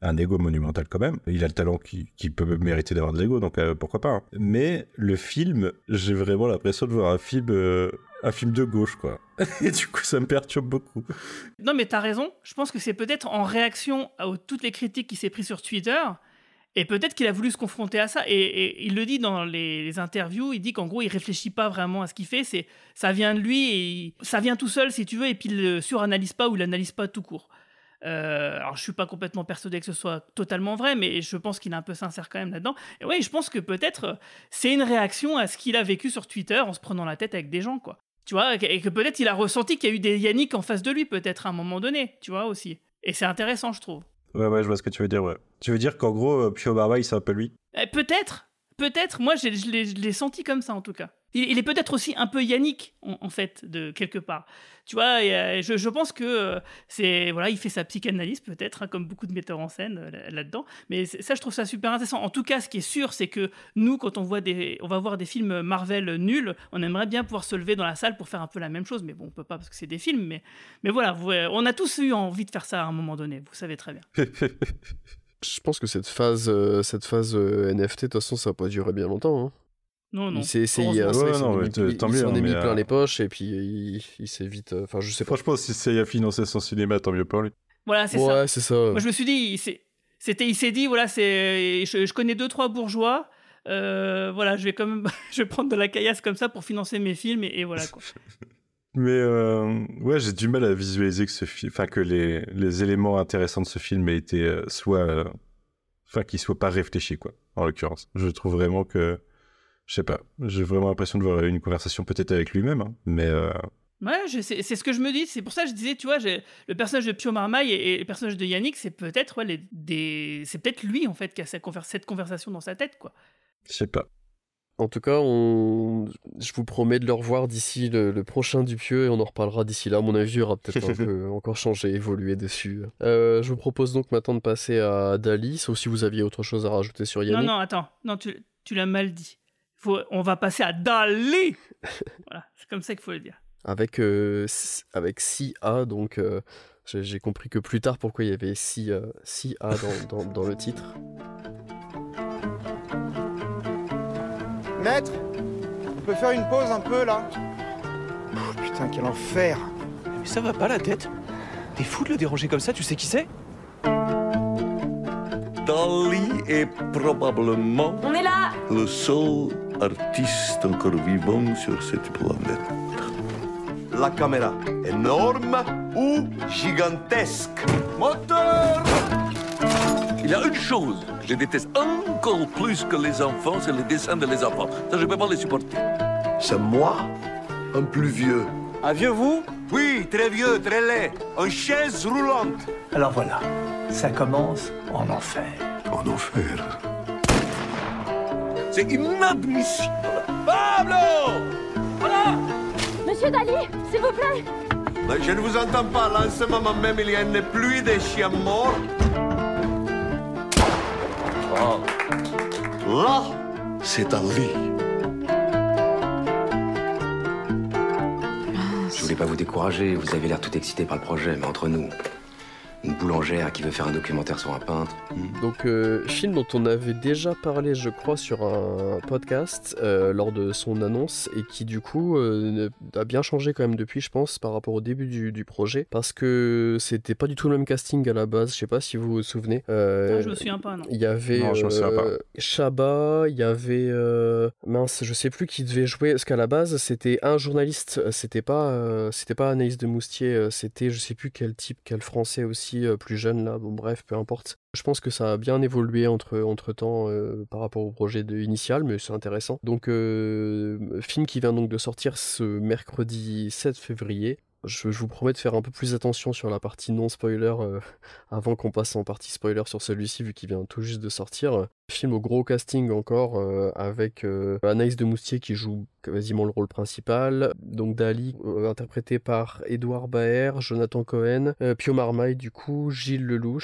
H: un ego monumental quand même. Il a le talent qui, qui peut mériter d'avoir de l'ego, donc euh, pourquoi pas. Hein. Mais le film, j'ai vraiment l'impression de voir un film, euh, un film de gauche, quoi. Et du coup, ça me perturbe beaucoup.
G: Non, mais t'as raison. Je pense que c'est peut-être en réaction à toutes les critiques qu'il s'est pris sur Twitter. Et peut-être qu'il a voulu se confronter à ça. Et, et il le dit dans les, les interviews, il dit qu'en gros, il réfléchit pas vraiment à ce qu'il fait. C'est, ça vient de lui, et il, ça vient tout seul, si tu veux, et puis il le suranalyse pas ou il l'analyse pas tout court. Euh, alors, je suis pas complètement persuadé que ce soit totalement vrai, mais je pense qu'il est un peu sincère quand même là-dedans. Et oui, je pense que peut-être c'est une réaction à ce qu'il a vécu sur Twitter en se prenant la tête avec des gens, quoi. Tu vois, et que peut-être il a ressenti qu'il y a eu des Yannick en face de lui, peut-être à un moment donné, tu vois, aussi. Et c'est intéressant, je trouve.
H: Ouais, ouais, je vois ce que tu veux dire, ouais. Tu veux dire qu'en gros, euh, Pio Marmaille, c'est un peu lui?
G: Eh, peut-être, peut-être. Moi, j'ai, je, l'ai, je l'ai senti comme ça, en tout cas. Il, il est peut-être aussi un peu Yannick, en, en fait, de quelque part. Tu vois, et, euh, je, je pense que euh, c'est... Voilà, il fait sa psychanalyse, peut-être, hein, comme beaucoup de metteurs en scène euh, là-dedans. Mais ça, je trouve ça super intéressant. En tout cas, ce qui est sûr, c'est que nous, quand on, voit des, on va voir des films Marvel nuls, on aimerait bien pouvoir se lever dans la salle pour faire un peu la même chose. Mais bon, on peut pas parce que c'est des films. Mais, mais voilà, vous, on a tous eu envie de faire ça à un moment donné. Vous savez très bien.
F: Je pense que cette phase, euh, cette phase euh, N F T, de toute façon, ça va pas durer bien longtemps. Hein.
G: Non, non.
F: Il s'est essayé à ça,
H: ouais,
F: il s'en
H: non,
F: est
H: mais
F: mis,
H: tant
F: il
H: mieux,
F: s'en est
H: mais,
F: mis plein
H: euh,
F: les poches et puis il, il s'est vite... Enfin, je sais pas.
H: Franchement, si c'est à financer son cinéma, tant mieux pour lui.
G: Voilà, c'est
F: ouais,
G: ça.
F: Ouais, c'est ça.
G: Moi, je me suis dit, il s'est, c'était, il s'est dit, voilà, c'est, je, je connais deux, trois bourgeois, euh, voilà, je vais quand même, je vais prendre de la caillasse comme ça pour financer mes films, et, et voilà, quoi.
H: Mais euh, ouais, j'ai du mal à visualiser que ce film, enfin que les, les éléments intéressants de ce film aient été euh, soit, euh, enfin qu'ils soient pas réfléchis, quoi. En l'occurrence, je trouve vraiment que, je sais pas, j'ai vraiment l'impression de voir une conversation peut-être avec lui-même, hein, mais euh...
G: ouais, je, c'est, c'est ce que je me dis. C'est pour ça que je disais, tu vois, j'ai, le personnage de Pio Marmaille et, et le personnage de Yannick, c'est peut-être ouais, les, des, c'est peut-être lui en fait qui a cette, conver- cette conversation dans sa tête, quoi.
H: Je sais pas.
F: En tout cas, on... je vous promets de le revoir d'ici le, le prochain Dupieux et on en reparlera d'ici là. À mon avis, il y aura peut-être un peu encore changé, évolué dessus. Euh, je vous propose donc maintenant de passer à Dali, sauf si vous aviez autre chose à rajouter sur Yannick.
G: Non, non, attends, non, tu, tu l'as mal dit. Faut, on va passer à Dali. Voilà, c'est comme ça qu'il faut le dire.
F: Avec, euh, avec six A, donc euh, j'ai, j'ai compris que plus tard pourquoi il y avait six A dans, dans, dans le titre.
A: Maître, on peut faire une pause un peu là? Oh, putain, quel enfer!
D: Mais ça va pas la tête? T'es fou de le déranger comme ça, tu sais qui c'est?
B: Dali est probablement
K: On est là
B: le seul artiste encore vivant sur cette planète. La caméra, énorme ou gigantesque. Moteur! Il y a une chose que je déteste encore plus que les enfants, c'est les dessins de les enfants. Ça, je peux pas les supporter. C'est moi, un plus vieux.
A: Un vieux vous?
B: Oui, très vieux, très laid. En chaise roulante.
L: Alors voilà, ça commence en enfer.
B: En enfer. C'est inadmissible. Pablo!
K: Voilà. Monsieur Dali, s'il vous plaît.
B: Mais je ne vous entends pas. Là, en ce moment même, il y a une pluie de chiens morts. Oh. Là, c'est Dali.
M: Je voulais pas vous décourager, vous avez l'air tout excité par le projet, mais entre nous, une boulangère qui veut faire un documentaire sur un peintre.
F: Donc, euh, film dont on avait déjà parlé, je crois, sur un podcast euh, lors de son annonce et qui, du coup, euh, a bien changé quand même depuis, je pense, par rapport au début du, du projet, parce que c'était pas du tout le même casting à la base. Je sais pas si vous vous souvenez. Euh,
G: ah, je me souviens pas, non.
F: Il y avait
H: non, je me souviens
F: euh,
H: pas.
F: Chabat, il y avait euh, mince, je sais plus qui devait jouer, parce qu'à la base c'était un journaliste, c'était pas, euh, c'était pas Anaïs de Moustier, c'était je sais plus quel type, quel français aussi. Plus jeune là, bon bref, peu importe. Je pense que ça a bien évolué entre, entre temps euh, par rapport au projet de initial, mais c'est intéressant. Donc, euh, film qui vient donc de sortir ce mercredi sept février. Je, je vous promets de faire un peu plus attention sur la partie non-spoiler euh, avant qu'on passe en partie spoiler sur celui-ci, vu qu'il vient tout juste de sortir. Film au gros casting encore, euh, avec euh, Anaïs de Moustier qui joue quasiment le rôle principal, donc Dali, euh, interprété par Édouard Baer, Jonathan Cohen, euh, Pio Marmaille du coup, Gilles Lelouch,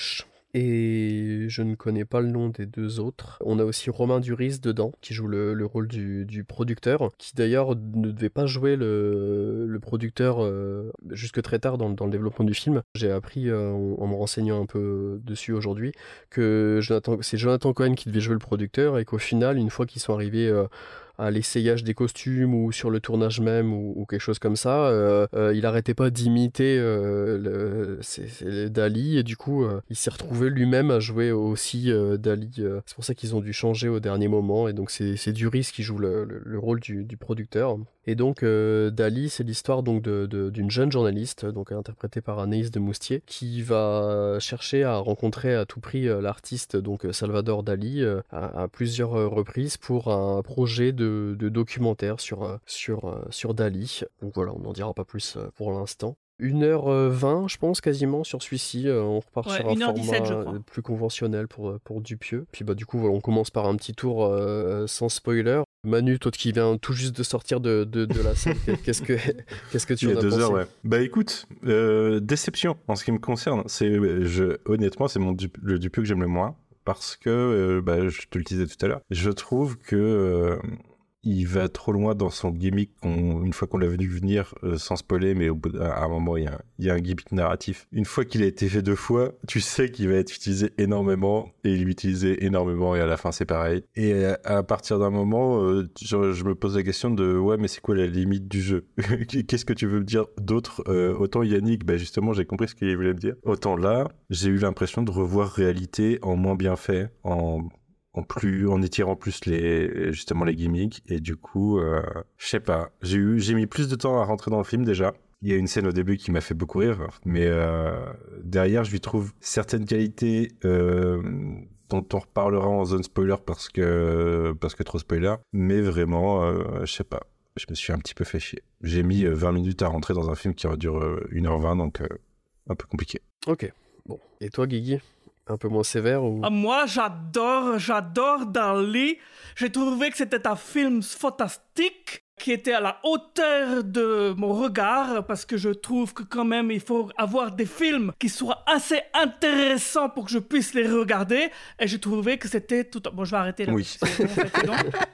F: Et je ne connais pas le nom des deux autres. On a aussi Romain Duris dedans, qui joue le, le rôle du, du producteur, qui d'ailleurs ne devait pas jouer le, le producteur euh, jusque très tard dans, dans le développement du film. J'ai appris euh, en, en me renseignant un peu dessus aujourd'hui que Jonathan, c'est Jonathan Cohen qui devait jouer le producteur et qu'au final, une fois qu'ils sont arrivés euh, à l'essayage des costumes ou sur le tournage même ou, ou quelque chose comme ça, euh, euh, il arrêtait pas d'imiter euh, le, c'est, c'est Dali et du coup euh, il s'est retrouvé lui-même à jouer aussi euh, Dali. Euh. C'est pour ça qu'ils ont dû changer au dernier moment et donc c'est, c'est Duris qui joue le, le, le rôle du, du producteur. Et donc euh, Dali, c'est l'histoire donc de, de, d'une jeune journaliste, donc interprétée par Anaïs de Moustier, qui va chercher à rencontrer à tout prix euh, l'artiste donc Salvador Dali euh, à, à plusieurs reprises pour un projet de, de documentaire sur, euh, sur, euh, sur Dali. Donc voilà, on n'en dira pas plus euh, pour l'instant. une heure vingt, je pense, quasiment, sur celui-ci. Euh, on repart
G: Ouais,
F: sur un
G: une heure dix-sept, je
F: format
G: crois.
F: plus conventionnel pour, pour Dupieux. Puis bah, du coup, voilà, on commence par un petit tour euh, sans spoiler. Manu, toi qui viens tout juste de sortir de, de, de la scène, qu'est-ce que, qu'est-ce que tu
H: Il y
F: en
H: a
F: as
H: deux
F: pensé?
H: heures, ouais. Bah écoute, euh, déception en ce qui me concerne. C'est, je, honnêtement, c'est mon Dup- le Dupieux que j'aime le moins. Parce que, euh, bah, je te le disais tout à l'heure, je trouve que euh, il va trop loin dans son gimmick. qu'on- Une fois qu'on l'a vu venir, euh, sans spoiler, mais au bout d'un à un moment, il y, a, il y a un gimmick narratif. Une fois qu'il a été fait deux fois, tu sais qu'il va être utilisé énormément, et il est utilisé énormément, et à la fin, c'est pareil. Et à, à partir d'un moment, euh, je, je me pose la question de, ouais, mais c'est quoi la limite du jeu? Qu'est-ce que tu veux me dire d'autre? euh, Autant Yannick, bah justement, j'ai compris ce qu'il voulait me dire. Autant là, j'ai eu l'impression de revoir réalité en moins bien fait, en... en plus, en étirant plus les, justement les gimmicks, et du coup, euh, je sais pas, j'ai eu, j'ai mis plus de temps à rentrer dans le film déjà. Il y a une scène au début qui m'a fait beaucoup rire, mais euh, derrière, je lui trouve certaines qualités euh, dont on reparlera en zone spoiler parce que, parce que trop spoiler, mais vraiment, euh, je sais pas, je me suis un petit peu fait chier. J'ai mis euh, vingt minutes à rentrer dans un film qui dure euh, une heure vingt, donc euh, un peu compliqué.
F: Ok, bon. Et toi, Guigui? Un peu moins sévère ou...
G: Ah, moi, j'adore, j'adore Dali. J'ai trouvé que c'était un film fantastique qui était à la hauteur de mon regard parce que je trouve que quand même il faut avoir des films qui soient assez intéressants pour que je puisse les regarder et j'ai trouvé que c'était tout... Bon, je vais arrêter là.
H: Oui.
G: C'est vraiment fatigant.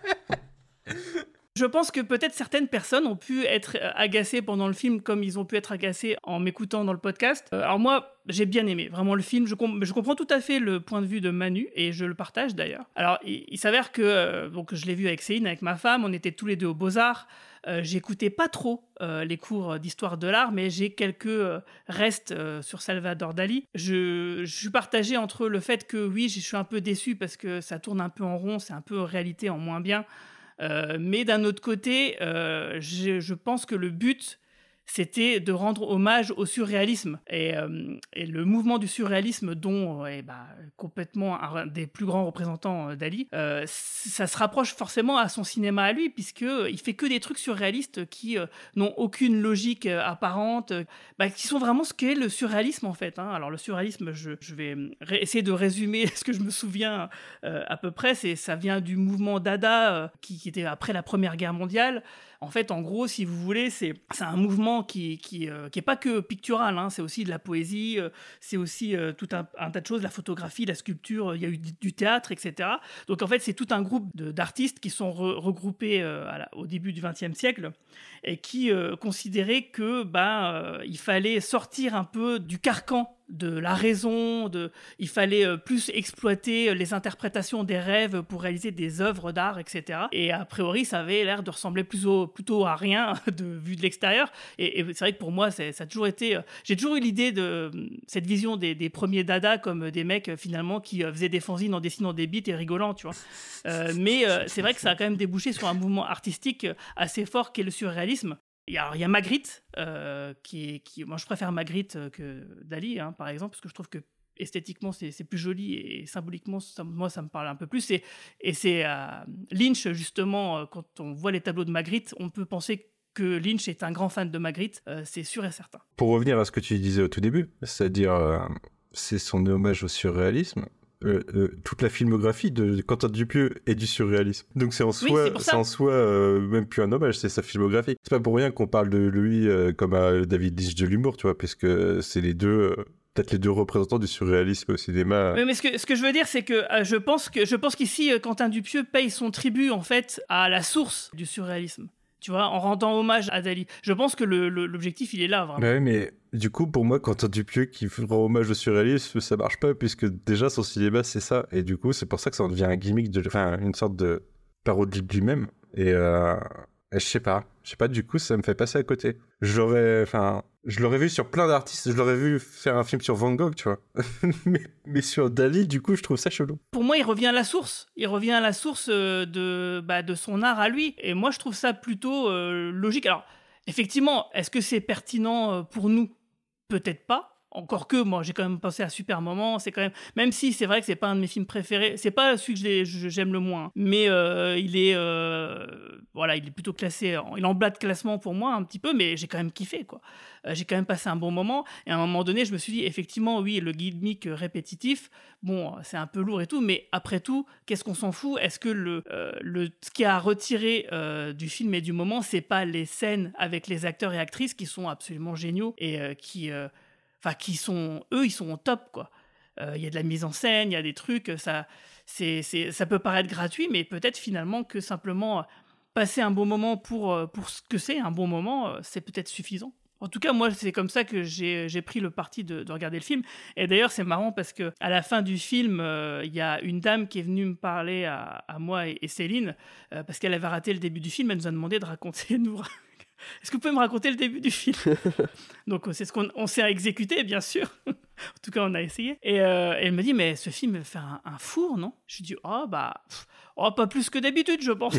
G: Je pense que peut-être certaines personnes ont pu être agacées pendant le film comme ils ont pu être agacés en m'écoutant dans le podcast. Euh, alors moi, j'ai bien aimé vraiment le film. Je, com- je comprends tout à fait le point de vue de Manu et je le partage d'ailleurs. Alors, il, il s'avère que euh, donc, je l'ai vu avec Céline, avec ma femme. On était tous les deux aux Beaux-Arts. Euh, j'écoutais pas trop euh, les cours d'histoire de l'art, mais j'ai quelques euh, restes euh, sur Salvador Dali. Je, je suis partagé entre le fait que oui, je suis un peu déçu parce que ça tourne un peu en rond, c'est un peu réalité en moins bien. Euh, mais d'un autre côté, euh, je, je pense que le but, c'était de rendre hommage au surréalisme. Et, euh, et le mouvement du surréalisme, dont est bah, complètement un des plus grands représentants euh, Dali, euh, ça se rapproche forcément à son cinéma à lui, puisqu'il fait que des trucs surréalistes qui euh, n'ont aucune logique euh, apparente, euh, bah, qui sont vraiment ce qu'est le surréalisme, en fait. Hein. Alors, le surréalisme, je, je vais ré- essayer de résumer ce que je me souviens euh, à peu près. C'est, ça vient du mouvement Dada, euh, qui, qui était après la Première Guerre mondiale. En fait, en gros, si vous voulez, c'est, c'est un mouvement qui qui, euh, qui est pas que pictural, hein, c'est aussi de la poésie, euh, c'est aussi euh, tout un, un tas de choses, la photographie, la sculpture, il y a eu du, du théâtre, et cetera. Donc en fait, c'est tout un groupe de, d'artistes qui sont re, regroupés euh, à la, au début du vingtième siècle et qui euh, considéraient que ben euh, il fallait sortir un peu du carcan de la raison, de, il fallait euh, plus exploiter les interprétations des rêves pour réaliser des œuvres d'art, et cetera. Et a priori, ça avait l'air de ressembler plutôt, plutôt à rien de vu de l'extérieur. Et, et c'est vrai que pour moi, c'est, ça a toujours été... Euh, j'ai toujours eu l'idée de cette vision des, des premiers Dada comme des mecs, euh, finalement, qui euh, faisaient des fanzines en dessinant des bites et rigolant, tu vois. Euh, mais euh, c'est vrai que ça a quand même débouché sur un mouvement artistique assez fort qu'est le surréalisme. Il y a, il y a Magritte, euh, qui, est, qui, moi je préfère Magritte que Dali, hein, par exemple, parce que je trouve que esthétiquement c'est, c'est plus joli et symboliquement, ça, moi ça me parle un peu plus. Et, et c'est euh, Lynch, justement, euh, quand on voit les tableaux de Magritte, on peut penser que Lynch est un grand fan de Magritte, euh, c'est sûr et certain.
H: Pour revenir à ce que tu disais au tout début, c'est-à-dire euh, c'est son hommage au surréalisme. Euh, euh, toute la filmographie de Quentin Dupieux est du surréalisme. Donc c'est en soi,
G: oui, c'est
H: c'est en soi euh, même plus un hommage, c'est sa filmographie. C'est pas pour rien qu'on parle de lui euh, comme un David Lynch de l'humour, tu vois, parce que c'est les deux, euh, peut-être les deux représentants du surréalisme au cinéma.
G: Oui, mais ce que, ce que je veux dire, c'est que euh, je pense que je pense qu'ici, euh, Quentin Dupieux paye son tribut, en fait, à la source du surréalisme. Tu vois, en rendant hommage à Dali. Je pense que le, le, l'objectif, il est là, vraiment.
H: Bah ouais, mais du coup, pour moi, Quentin Dupieux qui rend hommage au surréalisme, ça marche pas, puisque déjà, son cinéma, c'est ça. Et du coup, c'est pour ça que ça en devient un gimmick, de... enfin, une sorte de parodie de lui-même. Et, euh... et je sais pas. Je sais pas, du coup, ça me fait passer à côté. Je l'aurais, enfin, je l'aurais vu sur plein d'artistes. Je l'aurais vu faire un film sur Van Gogh, tu vois. mais, mais sur Dali, du coup, je trouve ça chelou.
G: Pour moi, il revient à la source. Il revient à la source euh, de, bah, de son art à lui. Et moi, je trouve ça plutôt euh, logique. Alors, effectivement, est-ce que c'est pertinent euh, pour nous ? Peut-être pas. Encore que, moi, j'ai quand même pensé à Super Moment. C'est quand même, même si c'est vrai que c'est pas un de mes films préférés, c'est pas celui que j'ai- je- j'aime le moins. Mais euh, il est, euh, voilà, il est plutôt classé, en- il est en bas de classement pour moi un petit peu, mais j'ai quand même kiffé, quoi. Euh, j'ai quand même passé un bon moment. Et à un moment donné, je me suis dit, effectivement, oui, le gimmick répétitif, bon, c'est un peu lourd et tout, mais après tout, qu'est-ce qu'on s'en fout ? Est-ce que le, euh, le, ce qui a retiré euh, du film et du moment, c'est pas les scènes avec les acteurs et actrices qui sont absolument géniaux et euh, qui euh, Enfin, qui sont, eux, ils sont au top, quoi. Il euh, y a de la mise en scène, il y a des trucs, ça, c'est, c'est, ça peut paraître gratuit, mais peut-être finalement que simplement passer un bon moment pour, pour ce que c'est, un bon moment, c'est peut-être suffisant. En tout cas, moi, c'est comme ça que j'ai, j'ai pris le parti de, de regarder le film. Et d'ailleurs, c'est marrant parce qu'à la fin du film, il euh, y a une dame qui est venue me parler à, à moi et, et Céline, euh, parce qu'elle avait raté le début du film, elle nous a demandé de raconter, nous est-ce que vous pouvez me raconter le début du film ? Donc, c'est ce qu'on on s'est exécuté, bien sûr. En tout cas, on a essayé. Et euh, elle me dit, mais ce film va faire un, un four, non ? Je lui dis, oh, bah, pff, oh, pas plus que d'habitude, je pense.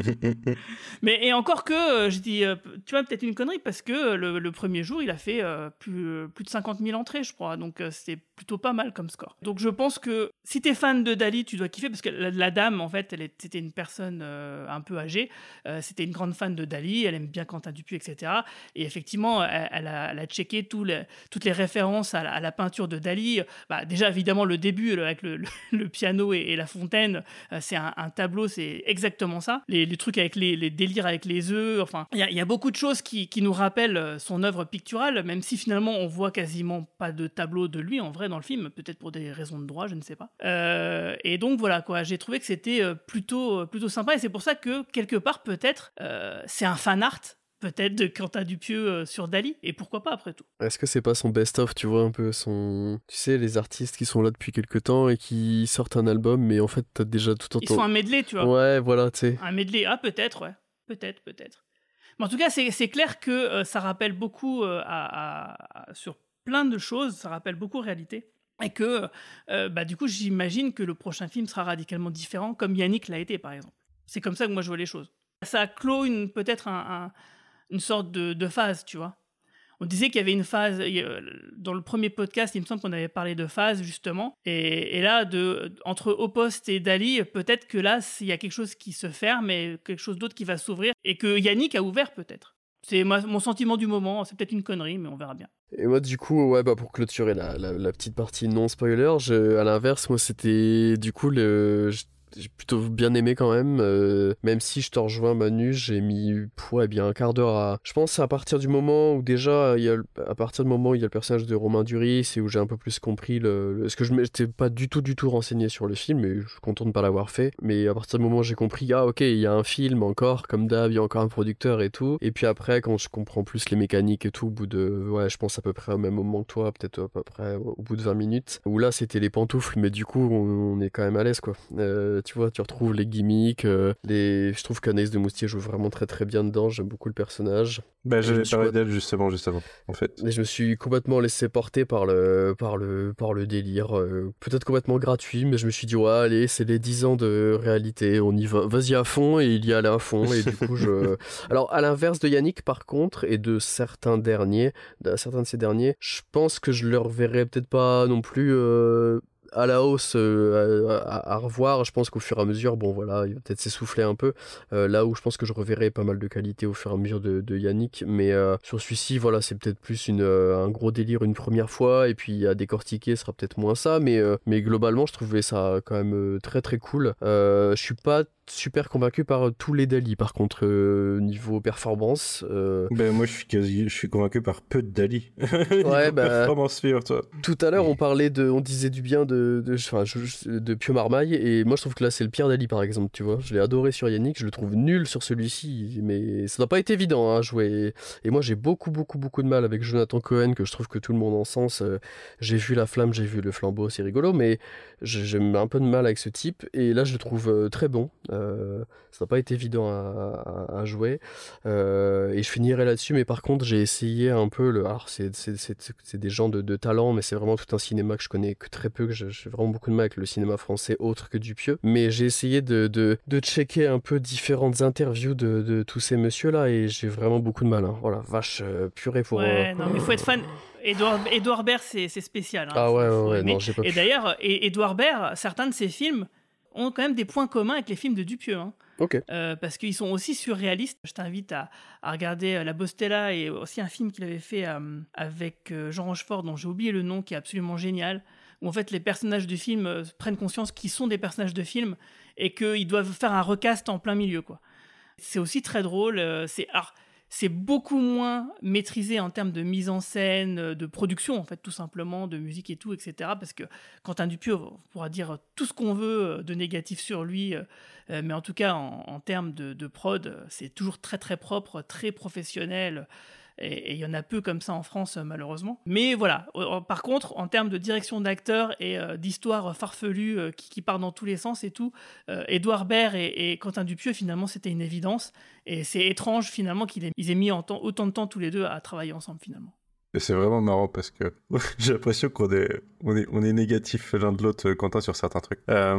G: mais et encore que, euh, je dis, euh, tu vois, peut-être une connerie, parce que le, le premier jour, il a fait euh, plus, plus de cinquante mille entrées, je crois. Donc, euh, c'est plutôt pas mal comme score. Donc, je pense que si t'es fan de Dali, tu dois kiffer, parce que la, la dame, en fait, elle est, c'était une personne euh, un peu âgée. Euh, c'était une grande fan de Dali. Elle aime bien Quentin Dupieux, et cetera. Et effectivement, elle, elle, a, elle a checké tout les, toutes les références à la, à la peinture de Dali. Bah, déjà, évidemment, le début le, avec le, le, le piano et, et la fontaine, euh, c'est un, un tableau, c'est exactement ça. Les, les trucs avec les, les délires avec les œufs, enfin, il y, y a beaucoup de choses qui, qui nous rappellent son œuvre picturale, même si finalement, on voit quasiment pas de tableau de lui, en vrai, dans le film, peut-être pour des raisons de droit, je ne sais pas. Euh, et donc, voilà, quoi, j'ai trouvé que c'était plutôt, plutôt sympa, et c'est pour ça que, quelque part, peut-être, euh, c'est un fan art, peut-être, de Quentin Dupieux euh, sur Dali, et pourquoi pas après tout.
F: Est-ce que c'est pas son best-of, tu vois, un peu son... Tu sais, les artistes qui sont là depuis quelques temps et qui sortent un album, mais en fait, t'as déjà tout entendu.
G: Ils font un medley, tu vois.
F: Ouais, voilà, tu sais.
G: Un medley, ah peut-être, ouais. Peut-être, peut-être. Mais en tout cas, c'est, c'est clair que euh, ça rappelle beaucoup, euh, à, à, à, sur plein de choses, ça rappelle beaucoup réalité. Et que, euh, bah, du coup, j'imagine que le prochain film sera radicalement différent, comme Yannick l'a été, par exemple. C'est comme ça que moi je vois les choses. Ça clôt une, peut-être un... un une sorte de, de phase, tu vois. On disait qu'il y avait une phase, dans le premier podcast, il me semble qu'on avait parlé de phase, justement, et, et là, de, entre Au Poste et Dali, peut-être que là, il y a quelque chose qui se ferme et quelque chose d'autre qui va s'ouvrir, et que Yannick a ouvert, peut-être. C'est ma, mon sentiment du moment, c'est peut-être une connerie, mais on verra bien.
F: Et moi, du coup, ouais, bah, pour clôturer la, la, la petite partie non-spoiler, je, à l'inverse, moi, c'était, du coup, le... Je, j'ai plutôt bien aimé quand même, euh, même si je te rejoins Manu, j'ai mis ouais, bien un quart d'heure à... Je pense à partir du moment où déjà, il y a, à partir du moment où il y a le personnage de Romain Duris et où j'ai un peu plus compris le... le... Parce que je m'étais pas du tout du tout renseigné sur le film, et je suis content de pas l'avoir fait, mais à partir du moment où j'ai compris, ah ok, il y a un film encore, comme d'hab, il y a encore un producteur et tout, et puis après, quand je comprends plus les mécaniques et tout, au bout de... Ouais, je pense à peu près au même moment que toi, peut-être à peu près au bout de vingt minutes, où là, c'était les pantoufles, mais du coup, on, on est quand même à l'aise, quoi. Euh, tu vois, tu retrouves les gimmicks, euh, les... je trouve qu'Anaïs de Moustier joue vraiment très très bien dedans, j'aime beaucoup le personnage.
H: Bah, j'avais parlé d'elle justement, juste avant, en fait.
F: Et je me suis complètement laissé porter par le, par le, par le délire, euh, peut-être complètement gratuit, mais je me suis dit, ouais, allez, c'est les dix ans de réalité, on y va, vas-y à fond, et il y allait à fond, et du coup, je... Alors, à l'inverse de Yannick, par contre, et de certains derniers, de certains de ces derniers, je pense que je le reverrai peut-être pas non plus... Euh... à la hausse euh, à, à revoir. Je pense qu'au fur et à mesure, bon voilà, il va peut-être s'essouffler un peu, euh, là où je pense que je reverrai pas mal de qualité au fur et à mesure de, de Yannick, mais euh, sur celui-ci, voilà, c'est peut-être plus une, euh, un gros délire une première fois, et puis à décortiquer, ce sera peut-être moins ça, mais, euh, mais globalement, je trouvais ça quand même euh, très très cool. Euh, je suis pas super convaincu par tous les Dali, par contre, euh, niveau performance. Euh...
H: Ben, moi, je suis, quasi, je suis convaincu par peu de Dali.
F: Ouais, bah.
H: Performance pure, toi.
F: Tout à l'heure, on parlait de. On disait du bien de, de, enfin, de, de Pio Marmaille, et moi, je trouve que là, c'est le pire Dali, par exemple, tu vois. Je l'ai adoré sur Yannick, je le trouve nul sur celui-ci, mais ça n'a pas été évident hein, à jouer. Et moi, j'ai beaucoup, beaucoup, beaucoup de mal avec Jonathan Cohen, que je trouve que tout le monde encense. Euh, j'ai vu La Flamme, j'ai vu Le Flambeau, c'est rigolo, mais j'ai un peu de mal avec ce type, et là, je le trouve euh, très bon. Euh, ça n'a pas été évident à, à, à jouer euh, et je finirai là-dessus, mais par contre j'ai essayé un peu le... alors c'est, c'est, c'est, c'est des gens de, de talent, mais c'est vraiment tout un cinéma que je connais que très peu, que j'ai vraiment beaucoup de mal avec le cinéma français autre que Dupieux, mais j'ai essayé de, de, de checker un peu différentes interviews de, de tous ces messieurs là et j'ai vraiment beaucoup de mal hein. Voilà, vache euh, purée pour...
G: Ouais,
F: euh...
G: non mais faut être fan. Edouard, Edouard Baird c'est, c'est spécial hein.
F: Ah ouais,
G: faut,
F: ouais,
G: faut
F: non, j'ai pas
G: et
F: pu.
G: d'ailleurs et, Edouard Baird, certains de ses films ont quand même des points communs avec les films de Dupieux hein.
F: Ok.
G: Euh, parce qu'ils sont aussi surréalistes. Je t'invite à, à regarder La Bostella et aussi un film qu'il avait fait euh, avec euh, Jean Rochefort, dont j'ai oublié le nom, qui est absolument génial, où en fait les personnages du film euh, prennent conscience qu'ils sont des personnages de film et qu'ils doivent faire un recast en plein milieu, quoi. C'est aussi très drôle. Euh, c'est, alors, c'est beaucoup moins maîtrisé en termes de mise en scène, de production, en fait, tout simplement, de musique et tout, et cetera. Parce que Quentin Dupieux, on pourra dire tout ce qu'on veut de négatif sur lui, euh, mais en tout cas, en, en termes de, de prod, c'est toujours très, très propre, très professionnel. Et il y en a peu comme ça en France, malheureusement. Mais voilà, par contre, en termes de direction d'acteurs et euh, d'histoires farfelues euh, qui, qui partent dans tous les sens et tout, euh, Edouard Baird et, et Quentin Dupieux, finalement, c'était une évidence. Et c'est étrange, finalement, qu'ils aient, ils aient mis en temps, autant de temps tous les deux à travailler ensemble, finalement.
H: Et c'est vraiment marrant parce que j'ai l'impression qu'on est, on est, on est négatif l'un de l'autre, Quentin, sur certains trucs. Euh,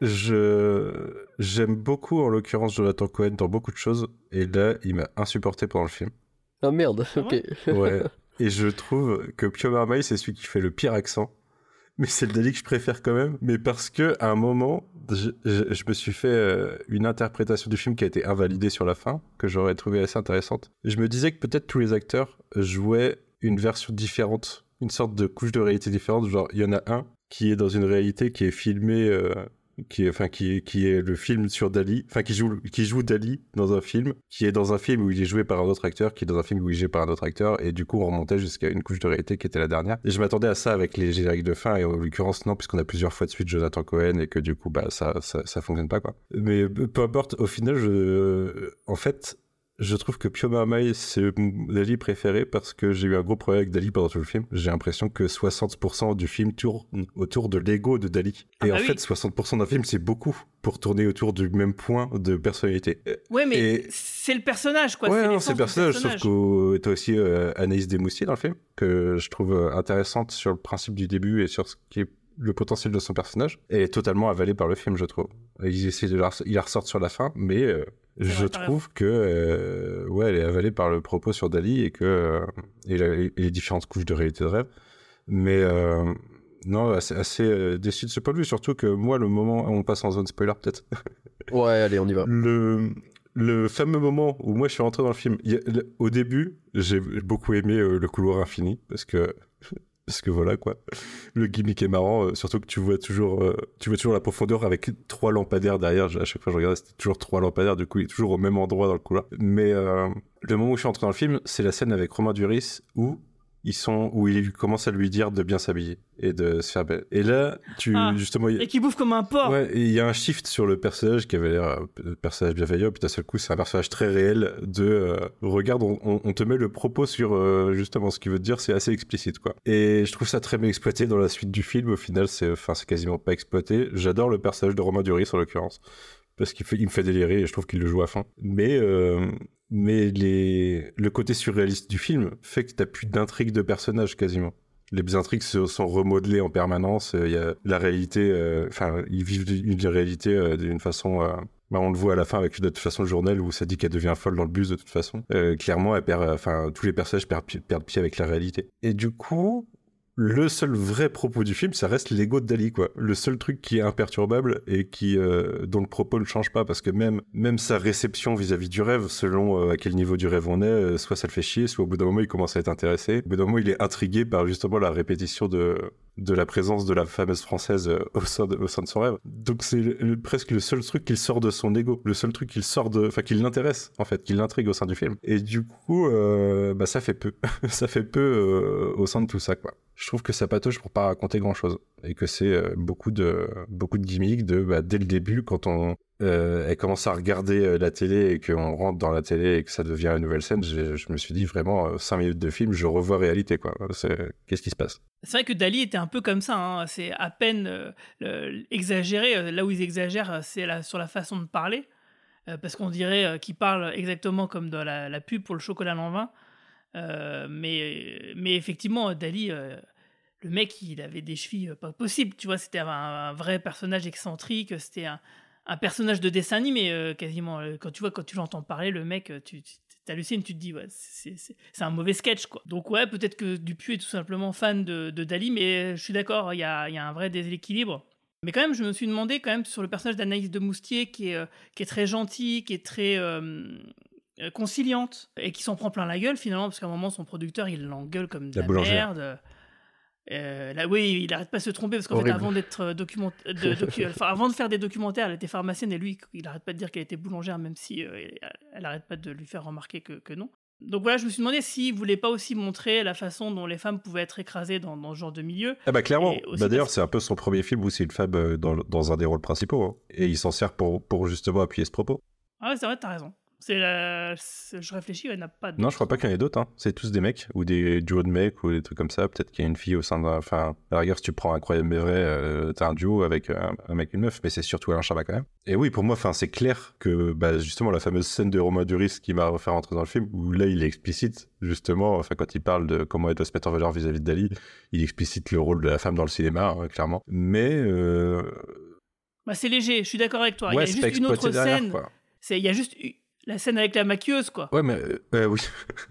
H: je, j'aime beaucoup, en l'occurrence, Jonathan Cohen dans beaucoup de choses. Et là, il m'a insupporté pendant le film.
F: Ah merde, ok.
H: Ouais. Et je trouve que Pio Marmaille, c'est celui qui fait le pire accent. Mais c'est le Dali que je préfère quand même. Mais parce que à un moment, je, je, je me suis fait euh, une interprétation du film qui a été invalidée sur la fin, que j'aurais trouvé assez intéressante. Je me disais que peut-être tous les acteurs jouaient une version différente, une sorte de couche de réalité différente. Genre, il y en a un qui est dans une réalité qui est filmée... Euh, qui est, enfin, qui, qui est le film sur Dali, enfin, qui joue, qui joue Dali dans un film, qui est dans un film où il est joué par un autre acteur, qui est dans un film où il est joué par un autre acteur, et du coup, on remontait jusqu'à une couche de réalité qui était la dernière. Et je m'attendais à ça avec les génériques de fin, et en l'occurrence, non, puisqu'on a plusieurs fois de suite Jonathan Cohen, et que du coup, bah, ça, ça, ça fonctionne pas, quoi. Mais peu importe, au final, je, en fait, je trouve que Pio Marmaille, c'est mon Dali préféré parce que j'ai eu un gros problème avec Dali pendant tout le film. J'ai l'impression que soixante pour cent du film tourne autour de l'ego de Dali.
G: Ah
H: et
G: bah
H: en
G: oui.
H: fait, soixante pour cent d'un film, c'est beaucoup pour tourner autour du même point de personnalité.
G: Ouais, mais
H: et...
G: c'est le personnage, quoi.
H: Ouais,
G: c'est
H: non, c'est le personnage, sauf que t'as aussi euh, Anaïs Desmoustiers dans le film, que je trouve euh, intéressante sur le principe du début et sur ce qui est le potentiel de son personnage. Elle est totalement avalée par le film, je trouve. Ils essaient de la, ils la ressortent sur la fin, mais... Euh, je
G: vrai,
H: trouve que euh, ouais, elle est avalée par le propos sur Dali et que euh, et, la, et les différentes couches de réalité de rêve. Mais euh, non, assez, assez euh, déçu de ce point de vue, surtout que moi, le moment, on passe en zone spoiler peut-être.
F: Ouais, allez, on y va.
H: Le le fameux moment où moi je suis rentré dans le film, il y a, le, au début, j'ai beaucoup aimé euh, le couloir infini parce que parce que voilà quoi, le gimmick est marrant, euh, surtout que tu vois toujours, euh, tu vois toujours la profondeur avec trois lampadaires derrière. À chaque fois que je regardais, c'était toujours trois lampadaires. Du coup, il est toujours au même endroit dans le couloir. Mais euh, le moment où je suis entré dans le film, c'est la scène avec Romain Duris où ils sont, où il commence à lui dire de bien s'habiller et de se faire belle. Et là, tu
G: Ah,
H: justement,
G: et qui bouffe comme un porc.
H: Ouais, et il y a un shift sur le personnage qui avait l'air euh, personnage bienveillant, puis d'un seul coup, c'est un personnage très réel de euh, regarde, on, on, on te met le propos sur euh, justement ce qu'il veut te dire, c'est assez explicite, quoi. Et je trouve ça très bien exploité dans la suite du film. Au final, c'est, enfin, c'est quasiment pas exploité. J'adore le personnage de Romain Duris en l'occurrence, parce qu'il fait, il me fait délirer et je trouve qu'il le joue à fond. Mais euh, mais les, le côté surréaliste du film fait que t'as plus d'intrigue de personnage quasiment. Les intrigues sont remodelées en permanence. Il y a la réalité, enfin, euh, ils vivent une réalité euh, d'une façon. Euh, bah, on le voit à la fin avec de toute façon le journal où ça dit qu'elle devient folle dans le bus de toute façon. Euh, clairement, elle perd, enfin, tous les personnages perdent, perdent pied avec la réalité. Et du coup, le seul vrai propos du film, ça reste l'ego de Dali, quoi. Le seul truc qui est imperturbable et qui euh, dont le propos ne change pas, parce que même même sa réception vis-à-vis du rêve, selon euh, à quel niveau du rêve on est, euh, soit ça le fait chier, soit au bout d'un moment il commence à être intéressé. Au bout d'un moment, il est intrigué par justement la répétition de de la présence de la fameuse française euh, au sein de, au sein de son rêve. Donc c'est le, presque le seul truc qu'il sort de son ego, le seul truc qu'il sort de, enfin qui l'intéresse en fait, qui l'intrigue au sein du film. Et du coup, euh, bah ça fait peu, ça fait peu euh, au sein de tout ça, quoi. Je trouve que ça patauge pour pas raconter grand chose et que c'est euh, beaucoup de beaucoup de gimmicks de bah, dès le début quand on euh, elle commence à regarder euh, la télé et qu'on rentre dans la télé et que ça devient une nouvelle scène, je, je me suis dit vraiment euh, cinq minutes de film, je revois réalité, quoi. C'est qu'est-ce qui se passe?
G: C'est vrai que Dali était un peu comme ça, hein. C'est à peine euh, le- exagéré. Là où ils exagèrent, c'est la- sur la façon de parler, euh, parce qu'on dirait euh, qu'il parle exactement comme dans la, la pub pour le chocolat Lanvin. Euh, mais, mais effectivement, Dali, euh, le mec, il avait des chevilles euh, pas possibles, tu vois, c'était un, un vrai personnage excentrique, c'était un, un personnage de dessin animé euh, quasiment. Quand tu vois, quand tu l'entends parler, le mec, tu, tu t'hallucines, tu te dis, ouais, c'est, c'est, c'est un mauvais sketch, quoi. Donc ouais, peut-être que Dupuis est tout simplement fan de, de Dali, mais je suis d'accord, il y a, il y a un vrai déséquilibre. Mais quand même, je me suis demandé quand même sur le personnage d'Anaïs de Moustier, qui est, euh, qui est très gentil, qui est très euh, euh, conciliante, et qui s'en prend plein la gueule finalement, parce qu'à un moment, son producteur, il l'engueule comme de
H: La
G: la,
H: boulangère.
G: merde. Euh, là, oui, il arrête pas de se tromper, parce qu'en fait,
H: Horrible.
G: avant d'être euh, document- de, docu- enfin, avant de faire des documentaires, elle était pharmacienne, et lui, il arrête pas de dire qu'elle était boulangère, même si euh, elle, elle arrête pas de lui faire remarquer que, que non. Donc voilà, je me suis demandé s'il voulait pas aussi montrer la façon dont les femmes pouvaient être écrasées dans, dans ce genre de milieu.
H: Ah bah clairement,
G: Et aussi
H: bah d'ailleurs
G: parce-
H: c'est un peu son premier film où c'est une femme euh, dans, dans un des rôles principaux, hein. Et il s'en sert pour, pour justement appuyer ce propos.
G: Ah ouais, c'est vrai, t'as raison. C'est la... c'est- Je réfléchis, elle n'a pas de...
H: Non, je crois pas qu'il y en ait d'autres, hein. C'est tous des mecs, ou des duos de mecs, ou des trucs comme ça. Peut-être qu'il y a une fille au sein d'un... Enfin, à la rigueur, si tu prends Incroyable mais vrai, euh, t'as un duo avec un, un mec et une meuf, mais c'est surtout Alain Chabat quand même. Et oui, pour moi, enfin, c'est clair que, bah, justement, la fameuse scène de Romain Duris qui m'a fait rentrer dans le film, où là, il est explicite, justement, enfin, quand il parle de comment elle doit se mettre en valeur vis-à-vis de Dali, il explicite le rôle de la femme dans le cinéma, hein, clairement. Mais, euh...
G: Bah, c'est léger, je suis d'accord avec toi.
H: ouais,
G: il y a
H: c'est
G: juste
H: pas
G: une autre
H: exploité derrière,
G: scène.
H: quoi.
G: C'est... Il y a juste eu- la scène avec la maquilleuse, quoi.
H: Ouais, mais euh, euh, oui.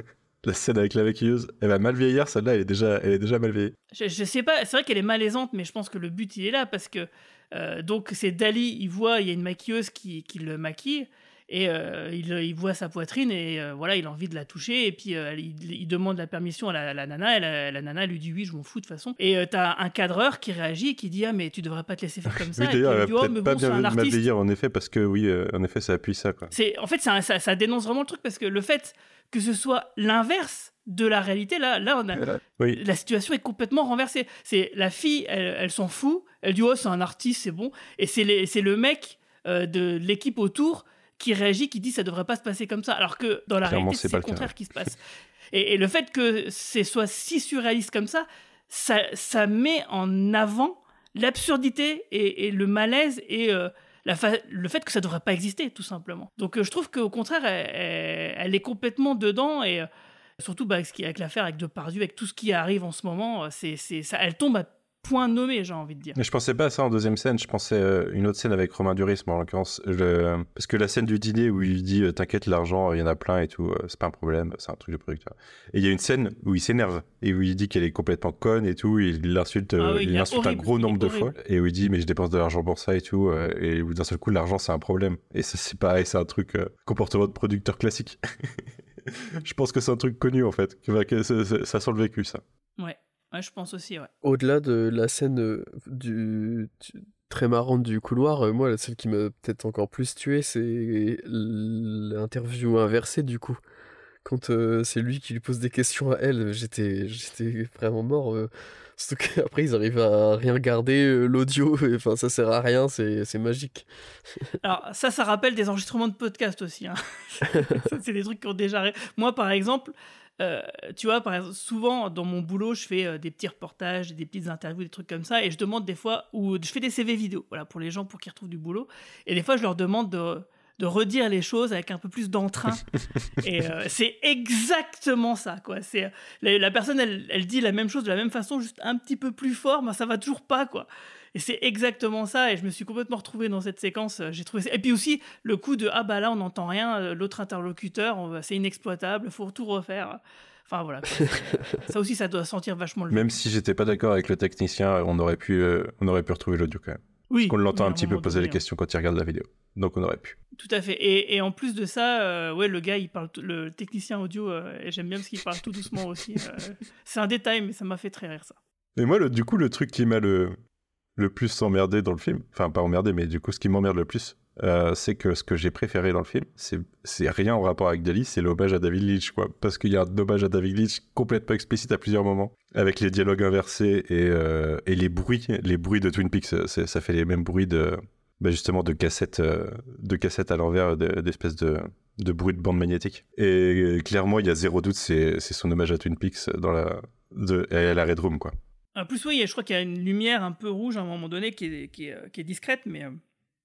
H: La scène avec la maquilleuse, elle va mal vieillir, celle-là, elle est déjà, elle est déjà mal vieillie.
G: Je, je sais pas, c'est vrai qu'elle est malaisante, mais je pense que le but, il est là, parce que... euh, donc, c'est Dali, il voit, il y a une maquilleuse qui, qui le maquille, et euh, il, il voit sa poitrine, et euh, voilà, il a envie de la toucher, et puis euh, il, il demande la permission à la, à la nana, et la, la nana lui dit oui, je m'en fous de toute façon. Et euh, t'as un cadreur qui réagit, et qui dit ah, mais tu devrais pas te laisser faire comme ça.
H: Oui,
G: et puis
H: d'ailleurs,
G: elle
H: elle
G: lui
H: va
G: dit oh,
H: peut-être
G: mais
H: pas
G: bon, c'est
H: bien
G: un
H: mal
G: artiste.
H: vieillir, en effet, parce que oui, euh, en effet, ça appuie ça, quoi.
G: C'est, en fait, c'est un- ça, ça dénonce vraiment le truc, parce que le fait que ce soit l'inverse de la réalité, là, là on a,
H: Oui.
G: la situation est complètement renversée. C'est la fille, elle, elle s'en fout, elle dit oh c'est un artiste, c'est bon, et c'est, les- c'est le mec euh, de l'équipe autour qui réagit, qui dit ça devrait pas se passer comme ça, alors que dans la
H: Clairement,
G: réalité
H: c'est
G: c'est,
H: pas
G: le
H: le cas,
G: contraire
H: ouais.
G: qui se passe. Et, et le fait que c'est soit si surréaliste comme ça, ça, ça met en avant l'absurdité et, et le malaise et euh, la fa- le fait que ça devrait pas exister, tout simplement. Donc euh, je trouve qu'au contraire, elle, elle- elle est complètement dedans, et euh, surtout bah, avec, ce qui, avec l'affaire avec Depardieu, avec tout ce qui arrive en ce moment, euh, c'est, c'est, ça, elle tombe à point nommé, j'ai envie de dire.
H: Mais je pensais pas à ça en deuxième scène, je pensais euh, une autre scène avec Romain Duris, moi, en l'occurrence. Le... Parce que la scène du dîner où il lui dit euh, t'inquiète, l'argent, il y en a plein et tout, euh, c'est pas un problème, c'est un truc de producteur. Et il y a une scène où il s'énerve et où il dit qu'elle est complètement conne et tout, il l'insulte, euh,
G: Ah oui,
H: il
G: il est
H: l'insulte un
G: horrible,
H: gros
G: il est
H: nombre de
G: horrible.
H: fois, et où il dit mais je dépense de l'argent pour ça et tout, euh, et où d'un seul coup l'argent c'est un problème. Et ça c'est pareil, c'est un truc euh, comportement de producteur classique. Je pense que c'est un truc connu en fait, que, que ça, ça- ça sent le vécu ça.
G: Ouais, ouais je pense aussi, ouais.
F: Au-delà de la scène euh, du, du- très marrante du couloir, euh, moi, celle qui m'a peut-être encore plus tué, c'est l'interview inversée, du coup. Quand euh, c'est lui qui lui pose des questions à elle, j'étais, j'étais vraiment mort. euh. Surtout qu'après, ils arrivent à rien garder, euh, l'audio, et, enfin, ça sert à rien, c'est, c'est magique.
G: Alors ça, ça rappelle des enregistrements de podcast aussi, hein. Ça, c'est des trucs qui ont déjà... ré- Moi, par exemple, euh, tu vois, par exemple, souvent, dans mon boulot, je fais euh, des petits reportages, des petites interviews, des trucs comme ça, et je demande des fois... Ou je fais des C V vidéo, voilà, pour les gens, pour qu'ils retrouvent du boulot. Et des fois, je leur demande de... de redire les choses avec un peu plus d'entrain. Et euh, c'est exactement ça, quoi. C'est, euh, la, la personne, elle, elle dit la même chose de la même façon, juste un petit peu plus fort, mais ça va toujours pas, quoi. Et c'est exactement ça, et je me suis complètement retrouvé dans cette séquence. euh, J'ai trouvé ça... Et puis aussi, le coup de « Ah bah là, on n'entend rien, euh, l'autre interlocuteur, on va- c'est inexploitable, faut tout refaire. » Enfin voilà. Quoi. Ça aussi, ça doit sentir vachement le.
H: Même si j'étais pas d'accord avec le technicien, on aurait pu, euh, on aurait pu retrouver l'audio quand même.
G: Oui.
H: Parce qu'on l'entend
G: oui,
H: un petit peu poser
G: donné,
H: les questions quand il regarde la vidéo. Donc on aurait pu.
G: Tout à fait. Et, et en plus de ça, euh, ouais, le gars, il parle, t- le technicien audio, euh, et j'aime bien parce qu'il parle tout doucement aussi. Euh, c'est un détail, mais ça m'a fait très rire ça.
H: Et moi, le, du coup, le truc qui m'a le, le plus emmerdé dans le film, enfin pas emmerdé, mais du coup, ce qui m'emmerde le plus, euh, c'est que ce que j'ai préféré dans le film, c'est, c'est rien en rapport avec Dali, c'est l'hommage à David Lynch, quoi. Parce qu'il y a un hommage à David Lynch complètement explicite à plusieurs moments, avec les dialogues inversés et, euh, et les bruits, les bruits de Twin Peaks, c'est, ça fait les mêmes bruits de, bah justement, de cassettes, euh, de cassettes à l'envers, de, d'espèces de, de bruits de bande magnétique. Et clairement, il y a zéro doute, c'est, c'est son hommage à Twin Peaks dans la, de, à la Red Room, quoi.
G: En plus, oui, je crois qu'il y a une lumière un peu rouge à un moment donné qui est, qui est, qui est discrète, mais. Euh...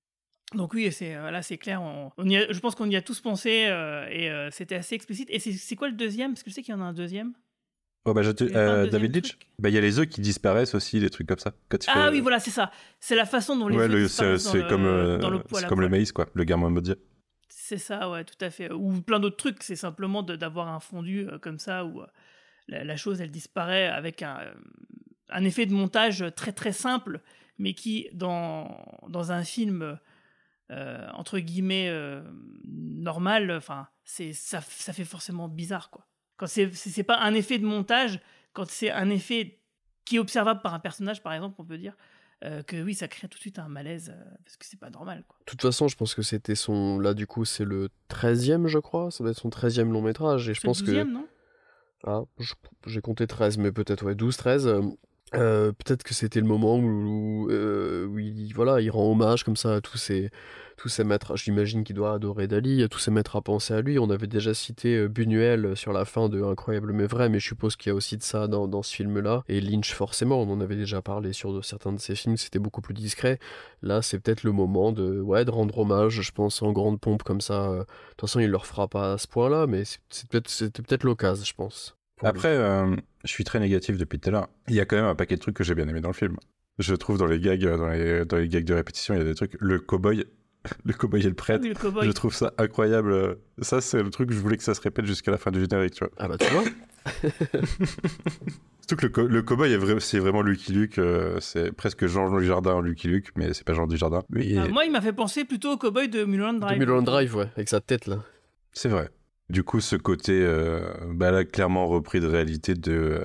G: Donc, oui, c'est, là, c'est clair. On, on y a, je pense qu'on y a tous pensé euh, et euh, c'était assez explicite. Et c'est, c'est quoi le deuxième? Parce que je sais qu'il y en a un deuxième.
H: Oh, bah, je te... euh, David Lynch. Bah, il y a les œufs qui disparaissent aussi, des trucs comme ça. Quand
G: ah,
H: fait...
G: oui, voilà, c'est ça. C'est la façon dont les
H: ouais,
G: œufs
H: le,
G: disparaissent
H: c'est,
G: dans,
H: c'est comme,
G: le,
H: euh,
G: dans le poêle.
H: C'est comme le maïs, quoi. Le gamin maudit.
G: C'est ça, ouais, tout à fait. Ou plein d'autres trucs. C'est simplement de, d'avoir un fondu euh, comme ça où euh, la, la chose, elle disparaît avec un. Euh, un effet de montage très très simple, mais qui, dans, dans un film, euh, entre guillemets, euh, normal, enfin, c'est, ça, ça fait forcément bizarre, quoi. Quand c'est, c'est, c'est pas un effet de montage, quand c'est un effet qui est observable par un personnage, par exemple, on peut dire, euh, que oui, ça crée tout de suite un malaise, euh, parce que c'est pas normal, quoi.
F: De toute façon, je pense que c'était son... Là, du coup, c'est le treizième, je crois. Ça doit être son treizième long métrage. Et je
G: c'est
F: pense
G: le douzième,
F: que...
G: non
F: Ah, je- j'ai compté treize, mais peut-être, ouais, douze, treize. euh, euh, peut-être que c'était le moment où, où, euh, où il, voilà, il rend hommage comme ça à tous ces, tous ces maîtres. J'imagine qu'il doit adorer Dali, à tous ces maîtres à penser à lui. On avait déjà cité euh, Buñuel sur la fin de Incroyable mais vrai, mais je suppose qu'il y a aussi de ça dans, dans ce film-là. Et Lynch, forcément, on en avait déjà parlé sur de, certains de ses films, c'était beaucoup plus discret. Là, c'est peut-être le moment de, ouais, de rendre hommage, je pense, en grande pompe comme ça. De toute façon, il le refera pas à ce point-là, mais c'est, c'est peut-être, c'était peut-être l'occasion, je pense.
H: Après, euh, je suis très négatif depuis tout à l'heure. Il y a quand même un paquet de trucs que j'ai bien aimé dans le film. Je trouve dans les gags, dans les, dans les gags de répétition, il y a des trucs. Le cow-boy, le cow-boy et le prêtre,
G: oui, le cow-boy.
H: je trouve ça incroyable. Ça, c'est le truc que je voulais que ça se répète jusqu'à la fin du générique, tu vois.
F: Ah bah tu vois.
H: Surtout que le, co- le cow-boy, est vrai, c'est vraiment Lucky Luke. Euh, c'est presque Jean Dujardin en Lucky Luke, mais c'est pas Jean Dujardin. Mais...
G: Ah, moi, il m'a fait penser plutôt au cow-boy de Mulholland Drive.
F: De Mulholland Drive, ouais, avec sa tête là.
H: C'est vrai. Du coup, ce côté, euh, bah là, clairement repris de réalité de,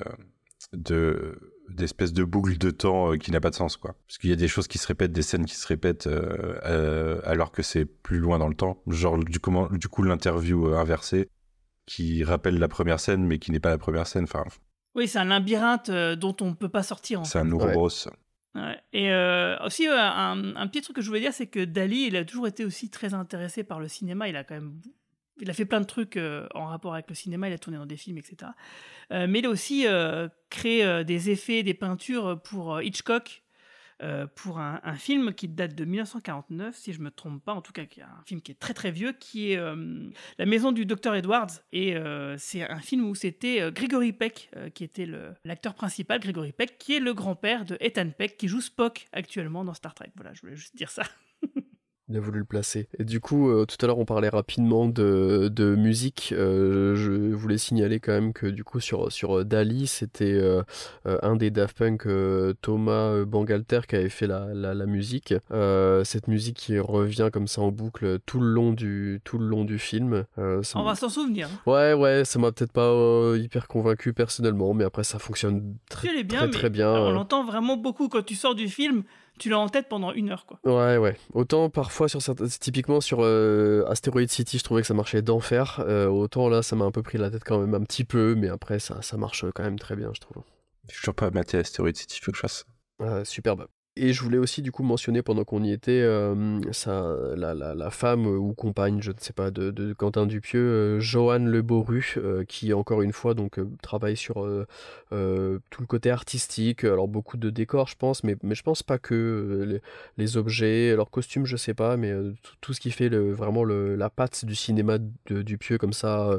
H: de, d'espèce de boucle de temps euh, qui n'a pas de sens, quoi. Parce qu'il y a des choses qui se répètent, des scènes qui se répètent, euh, euh, alors que c'est plus loin dans le temps. Genre, du, comment, du coup, l'interview euh, inversée, qui rappelle la première scène, mais qui n'est pas la première scène. Enfin,
G: Oui, c'est un labyrinthe euh, dont on ne peut pas sortir. En
H: c'est
G: fait.
H: un Ouroboros.
G: Ouais. Et euh, aussi, euh, un, un petit truc que je voulais dire, c'est que Dali, il a toujours été aussi très intéressé par le cinéma. Il a quand même... Il a fait plein de trucs euh, en rapport avec le cinéma, il a tourné dans des films, et cetera. Euh, mais il a aussi euh, créé euh, des effets, des peintures pour euh, Hitchcock, euh, pour un, un film qui date de dix-neuf cent quarante-neuf, si je ne me trompe pas, en tout cas un film qui est très très vieux, qui est euh, La Maison du Docteur Edwards. Et euh, c'est un film où c'était euh, Gregory Peck euh, qui était le, l'acteur principal, Gregory Peck, qui est le grand-père de Ethan Peck, qui joue Spock actuellement dans Star Trek. Voilà, je voulais juste dire ça.
F: Il a voulu le placer. Et du coup, euh, tout à l'heure, on parlait rapidement de, de musique. Euh, je voulais signaler quand même que du coup, sur, sur Dali, c'était euh, euh, un des Daft Punk, euh, Thomas Bangalter, qui avait fait la, la, la musique. Euh, cette musique qui revient comme ça en boucle tout le long du, tout le long du film. Euh,
G: On va s'en souvenir.
F: Ouais, ouais, ça m'a peut-être pas euh, hyper convaincu personnellement, mais après, ça fonctionne très,
G: Elle est bien,
F: très,
G: mais
F: très bien.
G: On l'entend vraiment beaucoup quand tu sors du film. Tu l'as en tête pendant une heure, quoi.
F: Ouais, ouais. Autant parfois, sur certains... typiquement sur euh, Asteroid City, je trouvais que ça marchait d'enfer. Euh, autant là, ça m'a un peu pris la tête quand même un petit peu, mais après, ça, ça marche quand même très bien, je trouve.
H: Je suis toujours pas maté Asteroid City, il faut que je fasse.
F: Euh, superbe. Et je voulais aussi du coup mentionner pendant qu'on y était euh, ça, la, la, la femme ou compagne, je ne sais pas, de, de Quentin Dupieux, euh, Joanne Le Boru, euh, qui encore une fois donc euh, travaille sur euh, euh, tout le côté artistique, alors beaucoup de décors je pense, mais, mais je pense pas que euh, les, les objets, leurs costumes je sais pas, mais euh, tout, tout ce qui fait le, vraiment le, la patte du cinéma de Dupieux comme ça, euh,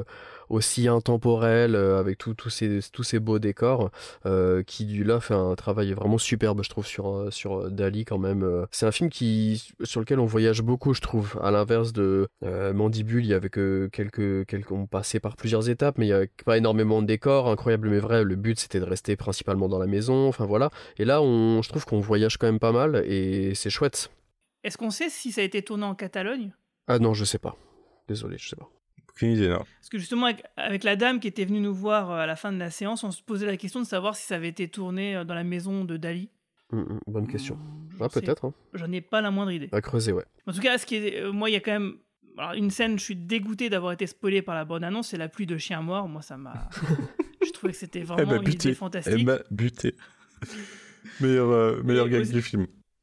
F: aussi intemporel, euh, avec tout- tous ces, tous ces beaux décors, euh, qui du là fait un travail vraiment superbe, je trouve, sur, euh, sur Dali quand même. euh. C'est un film qui, sur lequel on voyage beaucoup, je trouve, à l'inverse de euh, Mandibule, il y avait que quelques, quelques, on passait par plusieurs étapes, mais il y a pas énormément de décors, incroyable mais vrai, le but c'était de rester principalement dans la maison, enfin voilà. Et là, on, je trouve qu'on voyage quand même pas mal, et c'est chouette.
G: Est-ce qu'on sait si ça a été tourné en Catalogne?
F: Ah non, je sais pas. Désolé, je sais pas.
H: Aucune idée, non.
G: Parce que justement, avec, avec la dame qui était venue nous voir euh, à la fin de la séance, on se posait la question de savoir si ça avait été tourné euh, dans la maison de Dali.
F: Hum, hum, bonne question.
G: Je
F: Ah,
G: sais-
F: peut-être. Hein.
G: J'en ai pas la moindre idée.
F: À creuser, ouais.
G: En tout cas, ce qui est, euh, moi, il y a quand même alors, une scène, je suis dégoûté d'avoir été spoilé par la bande-annonce, c'est la pluie de chiens morts. Moi, ça m'a... je trouvais que c'était
H: Elle
G: vraiment
H: m'a
G: une
H: buté.
G: idée fantastique.
H: Elle m'a buté. meilleur euh, meilleur
G: Et
H: gag
G: aussi-
H: du film.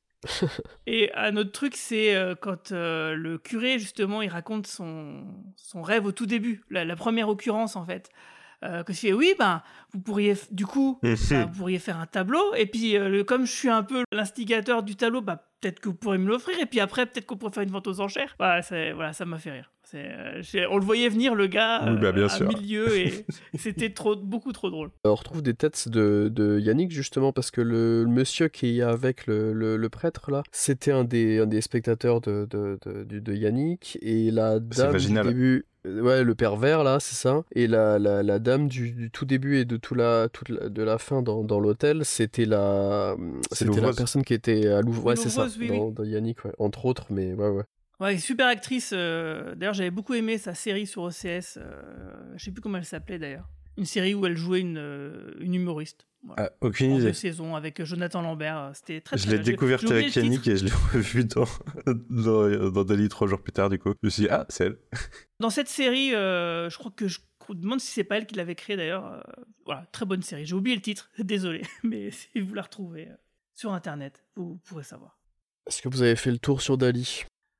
G: Et un autre truc, c'est euh, quand euh, le curé, justement, il raconte son, son rêve au tout début, la, la première occurrence, en fait. Euh, que tu fais, oui, ben, vous pourriez, f- du coup,
H: Mhm.
G: ben, vous pourriez faire un tableau, et puis, euh, le- comme je suis un peu l'instigateur du tableau, bah, peut-être que vous pourrez me l'offrir, et puis après, peut-être qu'on pourrait faire une vente aux enchères. Bah, c'est- voilà, ça m'a fait rire. C'est, euh, j'ai- on le voyait venir, le gars,
F: Oui, bah, bien
G: à
F: sûr.
G: milieu, et c'était trop, beaucoup trop drôle.
F: On retrouve des têtes de, de Yannick justement parce que le, le monsieur qui est avec le, le, le prêtre là, c'était un des, un des spectateurs de, de, de, de- de Yannick et la dame du
H: Vaginal.
F: début, euh, ouais le pervers là c'est ça, et la, la, la dame du, du tout début et de tout la, toute la, de la fin dans, dans l'hôtel, c'était la,
H: C'est
F: c'était la
H: l'ouvreuse.
F: personne qui était à Louvre,
G: Oui,
F: ouais c'est ça,
G: l'ouvreuse, oui,
F: dans,
G: oui.
F: dans Yannick ouais, entre autres, mais ouais ouais.
G: Ouais, super actrice. euh, D'ailleurs, j'avais beaucoup aimé sa série sur O C S. euh, Je sais plus comment elle s'appelait d'ailleurs. Une série où elle jouait une, euh, une humoriste. Voilà.
H: Ah, aucune
G: En
H: idée.
G: deux saisons avec Jonathan Lambert. euh, C'était très,
H: Je
G: très
H: l'ai
G: bien. J'ai-
H: découverte
G: j'ai oublié
H: avec
G: le titre.
H: Yannick et je l'ai revu dans, dans, dans Dali trois jours plus tard, du coup. Je me suis dit, ah, c'est elle.
G: Dans cette série, euh, je crois que je me demande si c'est pas elle qui l'avait créée d'ailleurs. euh, Voilà, très bonne série. J'ai oublié le titre, désolé. Mais si vous la retrouvez euh, sur internet, vous pourrez savoir.
F: Est-ce que vous avez fait le tour sur Dali?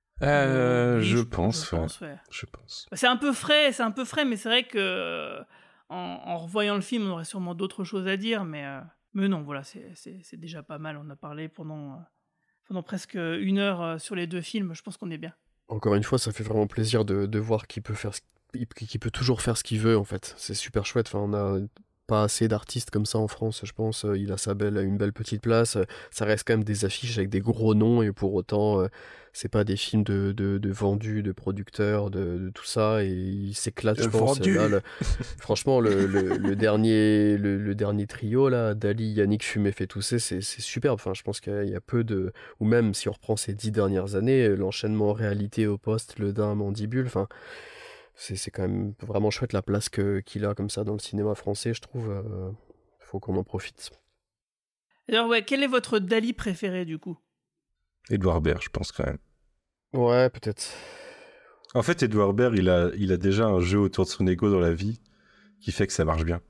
H: Euh,
G: Oui,
H: je,
G: je
H: pense,
G: je
H: ouais.
G: pense, ouais.
H: Je pense.
G: C'est un peu frais, c'est un peu frais, mais c'est vrai que euh, en, en revoyant le film, on aurait sûrement d'autres choses à dire, mais, euh, mais non, voilà, c'est- c'est c'est déjà pas mal. On a parlé pendant, euh, pendant presque une heure euh, sur les deux films, je pense qu'on est bien.
F: Encore une fois, ça fait vraiment plaisir de, de voir qu'il peut faire, ce- qu'il qu'il peut toujours faire ce qu'il veut en fait. C'est super chouette. Enfin, on a pas assez d'artistes comme ça en France, je pense. Euh, Il a sa belle, une belle petite place. Euh, Ça reste quand même des affiches avec des gros noms et pour autant, euh, c'est pas des films de, de, de vendus, de producteurs, de, de tout ça. Et il s'éclate,
H: De
F: je pense.
H: vendus.
F: Là, le- franchement, le, le, le dernier, le, le dernier trio là, Dali, Yannick, Fumet, fait tousser, c'est c'est superbe. Enfin, je pense qu'il y a peu de, ou même si on reprend ces dix dernières années, l'enchaînement réalité au poste, le daim, mandibule. Enfin. C'est c'est quand même vraiment chouette la place que- qu'il a comme ça dans le cinéma français, je trouve. euh, faut qu'on en profite.
G: Alors, ouais, quel est votre Dali préféré du coup?
H: Edouard Baird, je pense quand même.
F: Ouais, peut-être.
H: En fait, Edouard Baird, il a, il a déjà un jeu autour de son ego dans la vie qui fait que ça marche bien.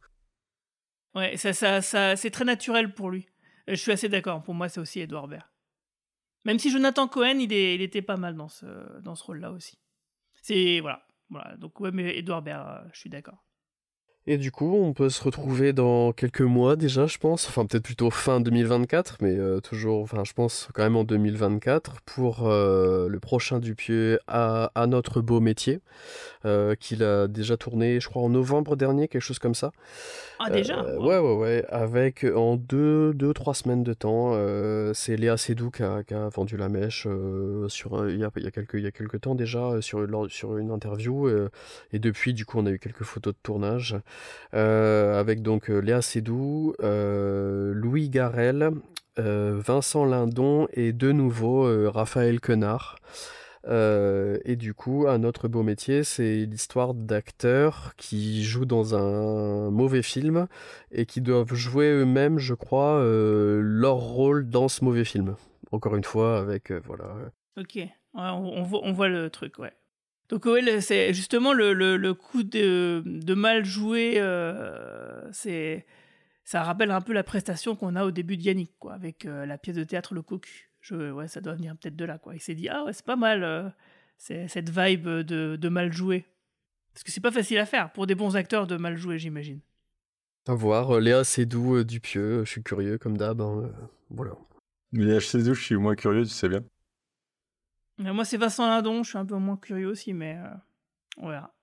G: Ouais, ça, ça, ça, c'est très naturel pour lui. Euh, Je suis assez d'accord, pour moi c'est aussi Edouard Baird. Même si Jonathan Cohen, il, est, il était pas mal dans ce, dans ce rôle-là aussi. C'est, voilà. Voilà, donc ouais, mais Edouard Baird, euh, je suis d'accord.
F: Et du coup, on peut se retrouver dans quelques mois déjà, je pense. Enfin, peut-être plutôt fin deux mille vingt-quatre, mais euh, toujours, enfin, je pense quand même en deux mille vingt-quatre pour euh, le prochain Dupieux à, à notre beau métier, euh, qu'il a déjà tourné, je crois, en novembre dernier, quelque chose comme ça.
G: Ah, déjà
F: Euh, Ouais, ouais, ouais. Avec en deux, deux, trois semaines de temps, euh, c'est Léa Seydoux qui a, qui a vendu la mèche euh, sur, euh, il y a, il y a quelques, il y a quelques temps déjà euh, sur, lors- sur une interview. euh, et depuis, du coup, on a eu quelques photos de tournage. Euh, avec donc euh, Léa Seydoux, euh, Louis Garrel, euh, Vincent Lindon et de nouveau euh, Raphaël Quenard. Euh, et du coup, un autre beau métier, c'est l'histoire d'acteurs qui jouent dans un mauvais film et qui doivent jouer eux-mêmes, je crois, euh, leur rôle dans ce mauvais film. Encore une fois, avec euh, voilà.
G: Ok, ouais, on, on voit, on voit le truc, ouais. Donc ouais, le- c'est justement le, le, le coup de, de mal joué, euh, c'est, ça rappelle un peu la prestation qu'on a au début de Yannick, quoi, avec euh, la pièce de théâtre Le Cocu. Je, ouais, ça doit venir peut-être de là, quoi. Il s'est dit, ah ouais, c'est pas mal, euh, c'est, cette vibe de, de mal joué. Parce que c'est pas facile à faire pour des bons acteurs de mal jouer, j'imagine.
F: À voir, euh, Léa Seydoux, euh, Dupieux, je suis curieux comme d'hab. Hein, euh, voilà.
H: Mais H C deux, je suis moins curieux, tu sais bien.
G: Euh, Moi, c'est Vincent Lindon, je suis un peu moins curieux aussi, mais euh, on verra.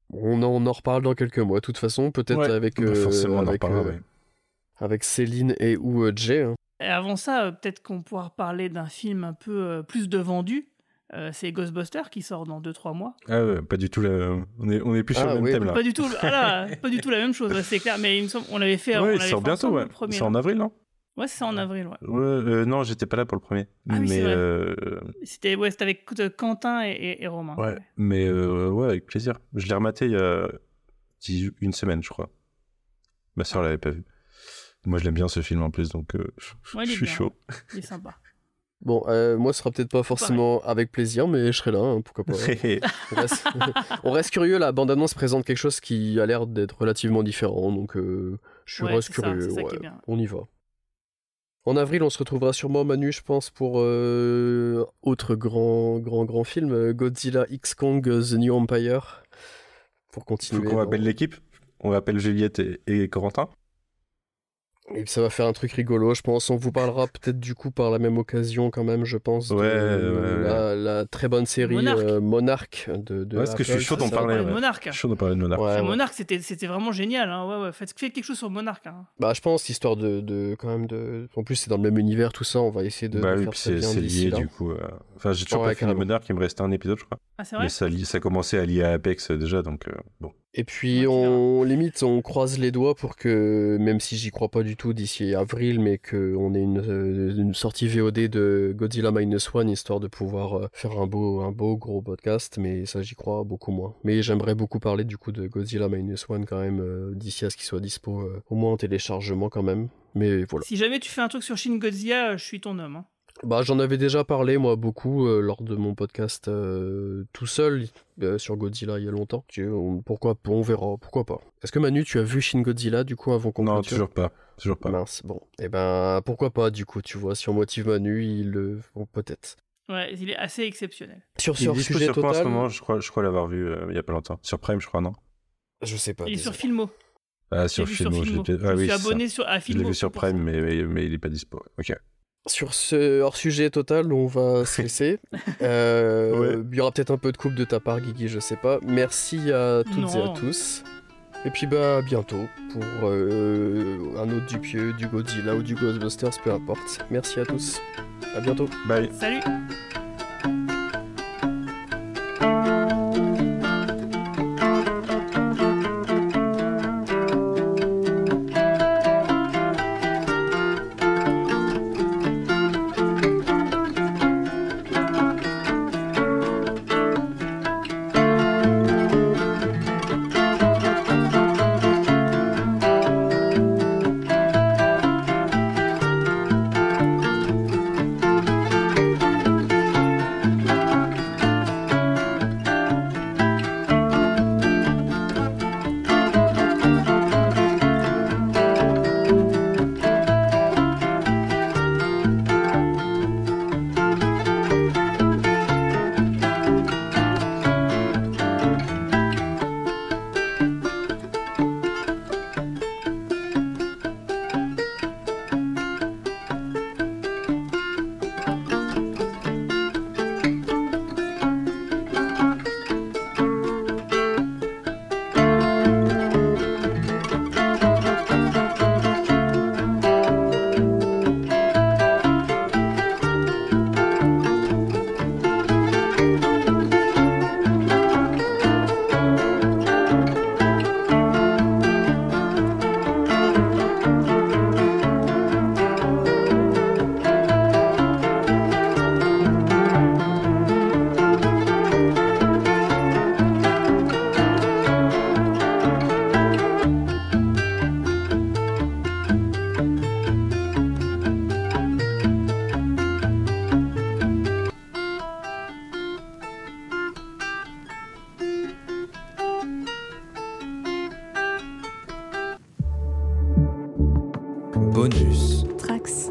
F: On en, on en reparle dans quelques mois, de toute façon, peut-être
H: Ouais,
F: avec,
H: bah
F: euh,
H: forcément, on en
F: avec,
H: reparlera,
F: euh,
H: ouais.
F: avec Céline et ou euh, Jay. Hein.
G: Et avant ça, euh, peut-être qu'on pourra parler d'un film un peu euh, plus de vendu. Euh, c'est Ghostbusters qui sort dans deux trois mois.
H: Ah ouais, pas du tout la... On est, on est plus sur
F: Ah,
H: le même
F: oui.
H: thème là.
G: Pas du tout, ah là, pas du tout la même chose, ouais, c'est clair. Mais il me semble, on l'avait fait. on
H: Ouais, il
G: l'avait
H: sort
G: fait
H: bientôt,
G: ensemble,
H: ouais.
G: le premier,
H: C'est en
G: là.
H: avril, non?
G: Ouais, c'est en avril, ouais.
H: Ouais, euh, non, j'étais pas là pour le premier.
G: Ah oui,
H: mais
G: c'est vrai.
H: euh,
G: C'était, ouais, c'était avec euh, Quentin et, et, et Romain.
H: ouais, mais euh, ouais, avec plaisir. Je l'ai rematé il y a dix- une semaine, je crois. Ma soeur l'avait pas vu. Moi, je l'aime bien ce film en plus, donc euh, je
G: Ouais, il
H: je
G: est
H: suis
G: bien,
H: chaud.
G: ouais. Il est sympa.
F: Bon, euh, moi, ce sera peut-être pas forcément avec plaisir, mais je serai là, hein, pourquoi pas. on, reste... on reste curieux, la bande-annonce présente quelque chose qui a l'air d'être relativement différent, donc euh, je suis
G: Ouais,
F: reste
G: c'est ça,
F: curieux.
G: c'est ça qui
F: ouais.
G: est bien.
F: On y va. En avril, on se retrouvera sûrement, Manu, je pense, pour euh, autre grand, grand, grand film, euh, Godzilla X Kong The New Empire, pour
H: Faut
F: continuer.
H: qu'on
F: dans-
H: appelle l'équipe. On appelle Juliette et, et Corentin.
F: Et ça va faire un truc rigolo, je pense. On vous parlera peut-être du coup par la même occasion quand même, je pense, de
H: Ouais, ouais,
F: la, la très bonne série
G: Monarch.
F: euh, Monarch de, de
H: Ouais, parce que je suis
F: Apple,
H: chaud
F: c'est
H: d'en
F: ça.
H: parler.
G: Ouais,
H: Ouais.
G: Monarch.
H: Je suis chaud d'en parler de Monarch.
F: Ouais,
G: Enfin,
F: ouais.
G: Monarch, c'était, c'était vraiment génial. Hein. Ouais, ouais. Faites, faites quelque chose sur Monarch. Hein.
F: Bah, je pense, histoire de, de quand même de. En plus, c'est dans le même univers, tout ça. On va essayer de,
H: Bah
F: de
H: oui,
F: faire
H: puis
F: ça
H: c'est
F: bien
H: c'est
F: d'ici
H: lié
F: là.
H: du coup. euh. Enfin, j'ai toujours
F: Ouais,
H: pas fini
F: carrément.
H: Monarch, il me restait un épisode, je crois.
G: Ah, c'est vrai.
H: Mais ça, li- ça commençait à lier à Apex euh, déjà, donc euh, bon.
F: Et puis, on limite, on croise les doigts pour que, même si j'y crois pas du tout d'ici avril, mais qu'on ait une, euh, une sortie V O D de Godzilla Minus One, histoire de pouvoir euh, faire un beau, un beau gros podcast, mais ça, j'y crois beaucoup moins. Mais j'aimerais beaucoup parler du coup de Godzilla Minus One quand même, euh, d'ici à ce qu'il soit dispo, euh, au moins en téléchargement quand même. Mais voilà.
G: Si jamais tu fais un truc sur Shin Godzilla, euh, je suis ton homme. Hein.
F: Bah, j'en avais déjà parlé, moi, beaucoup, euh, lors de mon podcast euh, tout seul, euh, sur Godzilla, il y a longtemps. Tu- on- pourquoi on verra, pourquoi pas. Est-ce que Manu, tu as vu Shin Godzilla, du coup, avant qu'on
H: Non,
F: clôture
H: toujours pas. Toujours pas.
F: Mince, bon. Eh ben, pourquoi pas, du coup, tu vois, si on motive Manu, il le... Bon, peut-être.
G: Ouais, il est assez exceptionnel.
F: Sur
H: Il
F: ce
H: est dispo
F: sujet
H: sur quoi en ce
F: total,
H: moment? Je crois, je crois l'avoir vu euh, il y a pas longtemps. Sur Prime, je crois, non?
F: je sais pas.
G: Il est sur
F: désolé.
G: Filmo.
H: Ah,
G: J'ai
H: sur
G: vu sur
H: Filmo, je l'ai
G: Filmo.
H: peut-être-
G: Je
H: Ah
G: me
H: oui,
G: suis
H: c'est ça.
G: abonné sur, à
H: Je
G: Filmo.
H: l'ai vu sur
G: c'est pour
H: Prime,
G: ça.
H: mais, mais, mais il est pas dispo. Ok.
F: Sur ce hors-sujet total, on va se laisser. Euh,
H: Ouais.
F: Il y aura peut-être un peu de coupe de ta part, Guigui, je sais pas. Merci à toutes et à
G: Non.
F: tous. Et puis bah à bientôt pour euh, un autre du Pieux, du Godzilla ou du Ghostbusters, peu importe. Merci à tous. À bientôt.
H: Bye.
G: Salut.
N: Bonus.
O: Trax.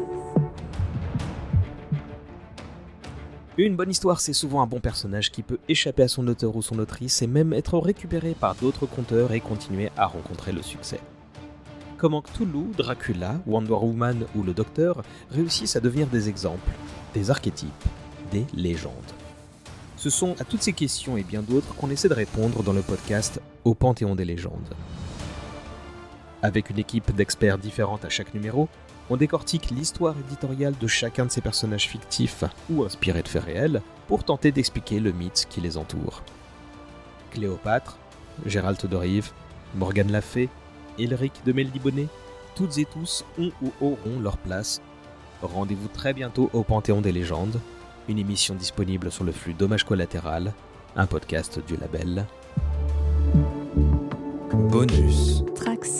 N: Une bonne histoire, c'est souvent un bon personnage qui peut échapper à son auteur ou son autrice et même être récupéré par d'autres conteurs et continuer à rencontrer le succès. Comment Cthulhu, Dracula, Wonder Woman ou le Docteur réussissent à devenir des exemples, des archétypes, des légendes. Ce Ce sont à toutes ces questions et bien d'autres qu'on essaie de répondre dans le podcast Au Panthéon des légendes. Avec une équipe d'experts différente à chaque numéro, on décortique l'histoire éditoriale de chacun de ces personnages fictifs ou inspirés de faits réels pour tenter d'expliquer le mythe qui les entoure. Cléopâtre, Gérald de Rive, Morgane La Fay, Elric de Meldibonnet, toutes et tous ont ou auront leur place. Rendez-vous très bientôt au Panthéon des légendes, une émission disponible sur le flux Dommage collatéral, un podcast du label
O: Bonus
P: Trax.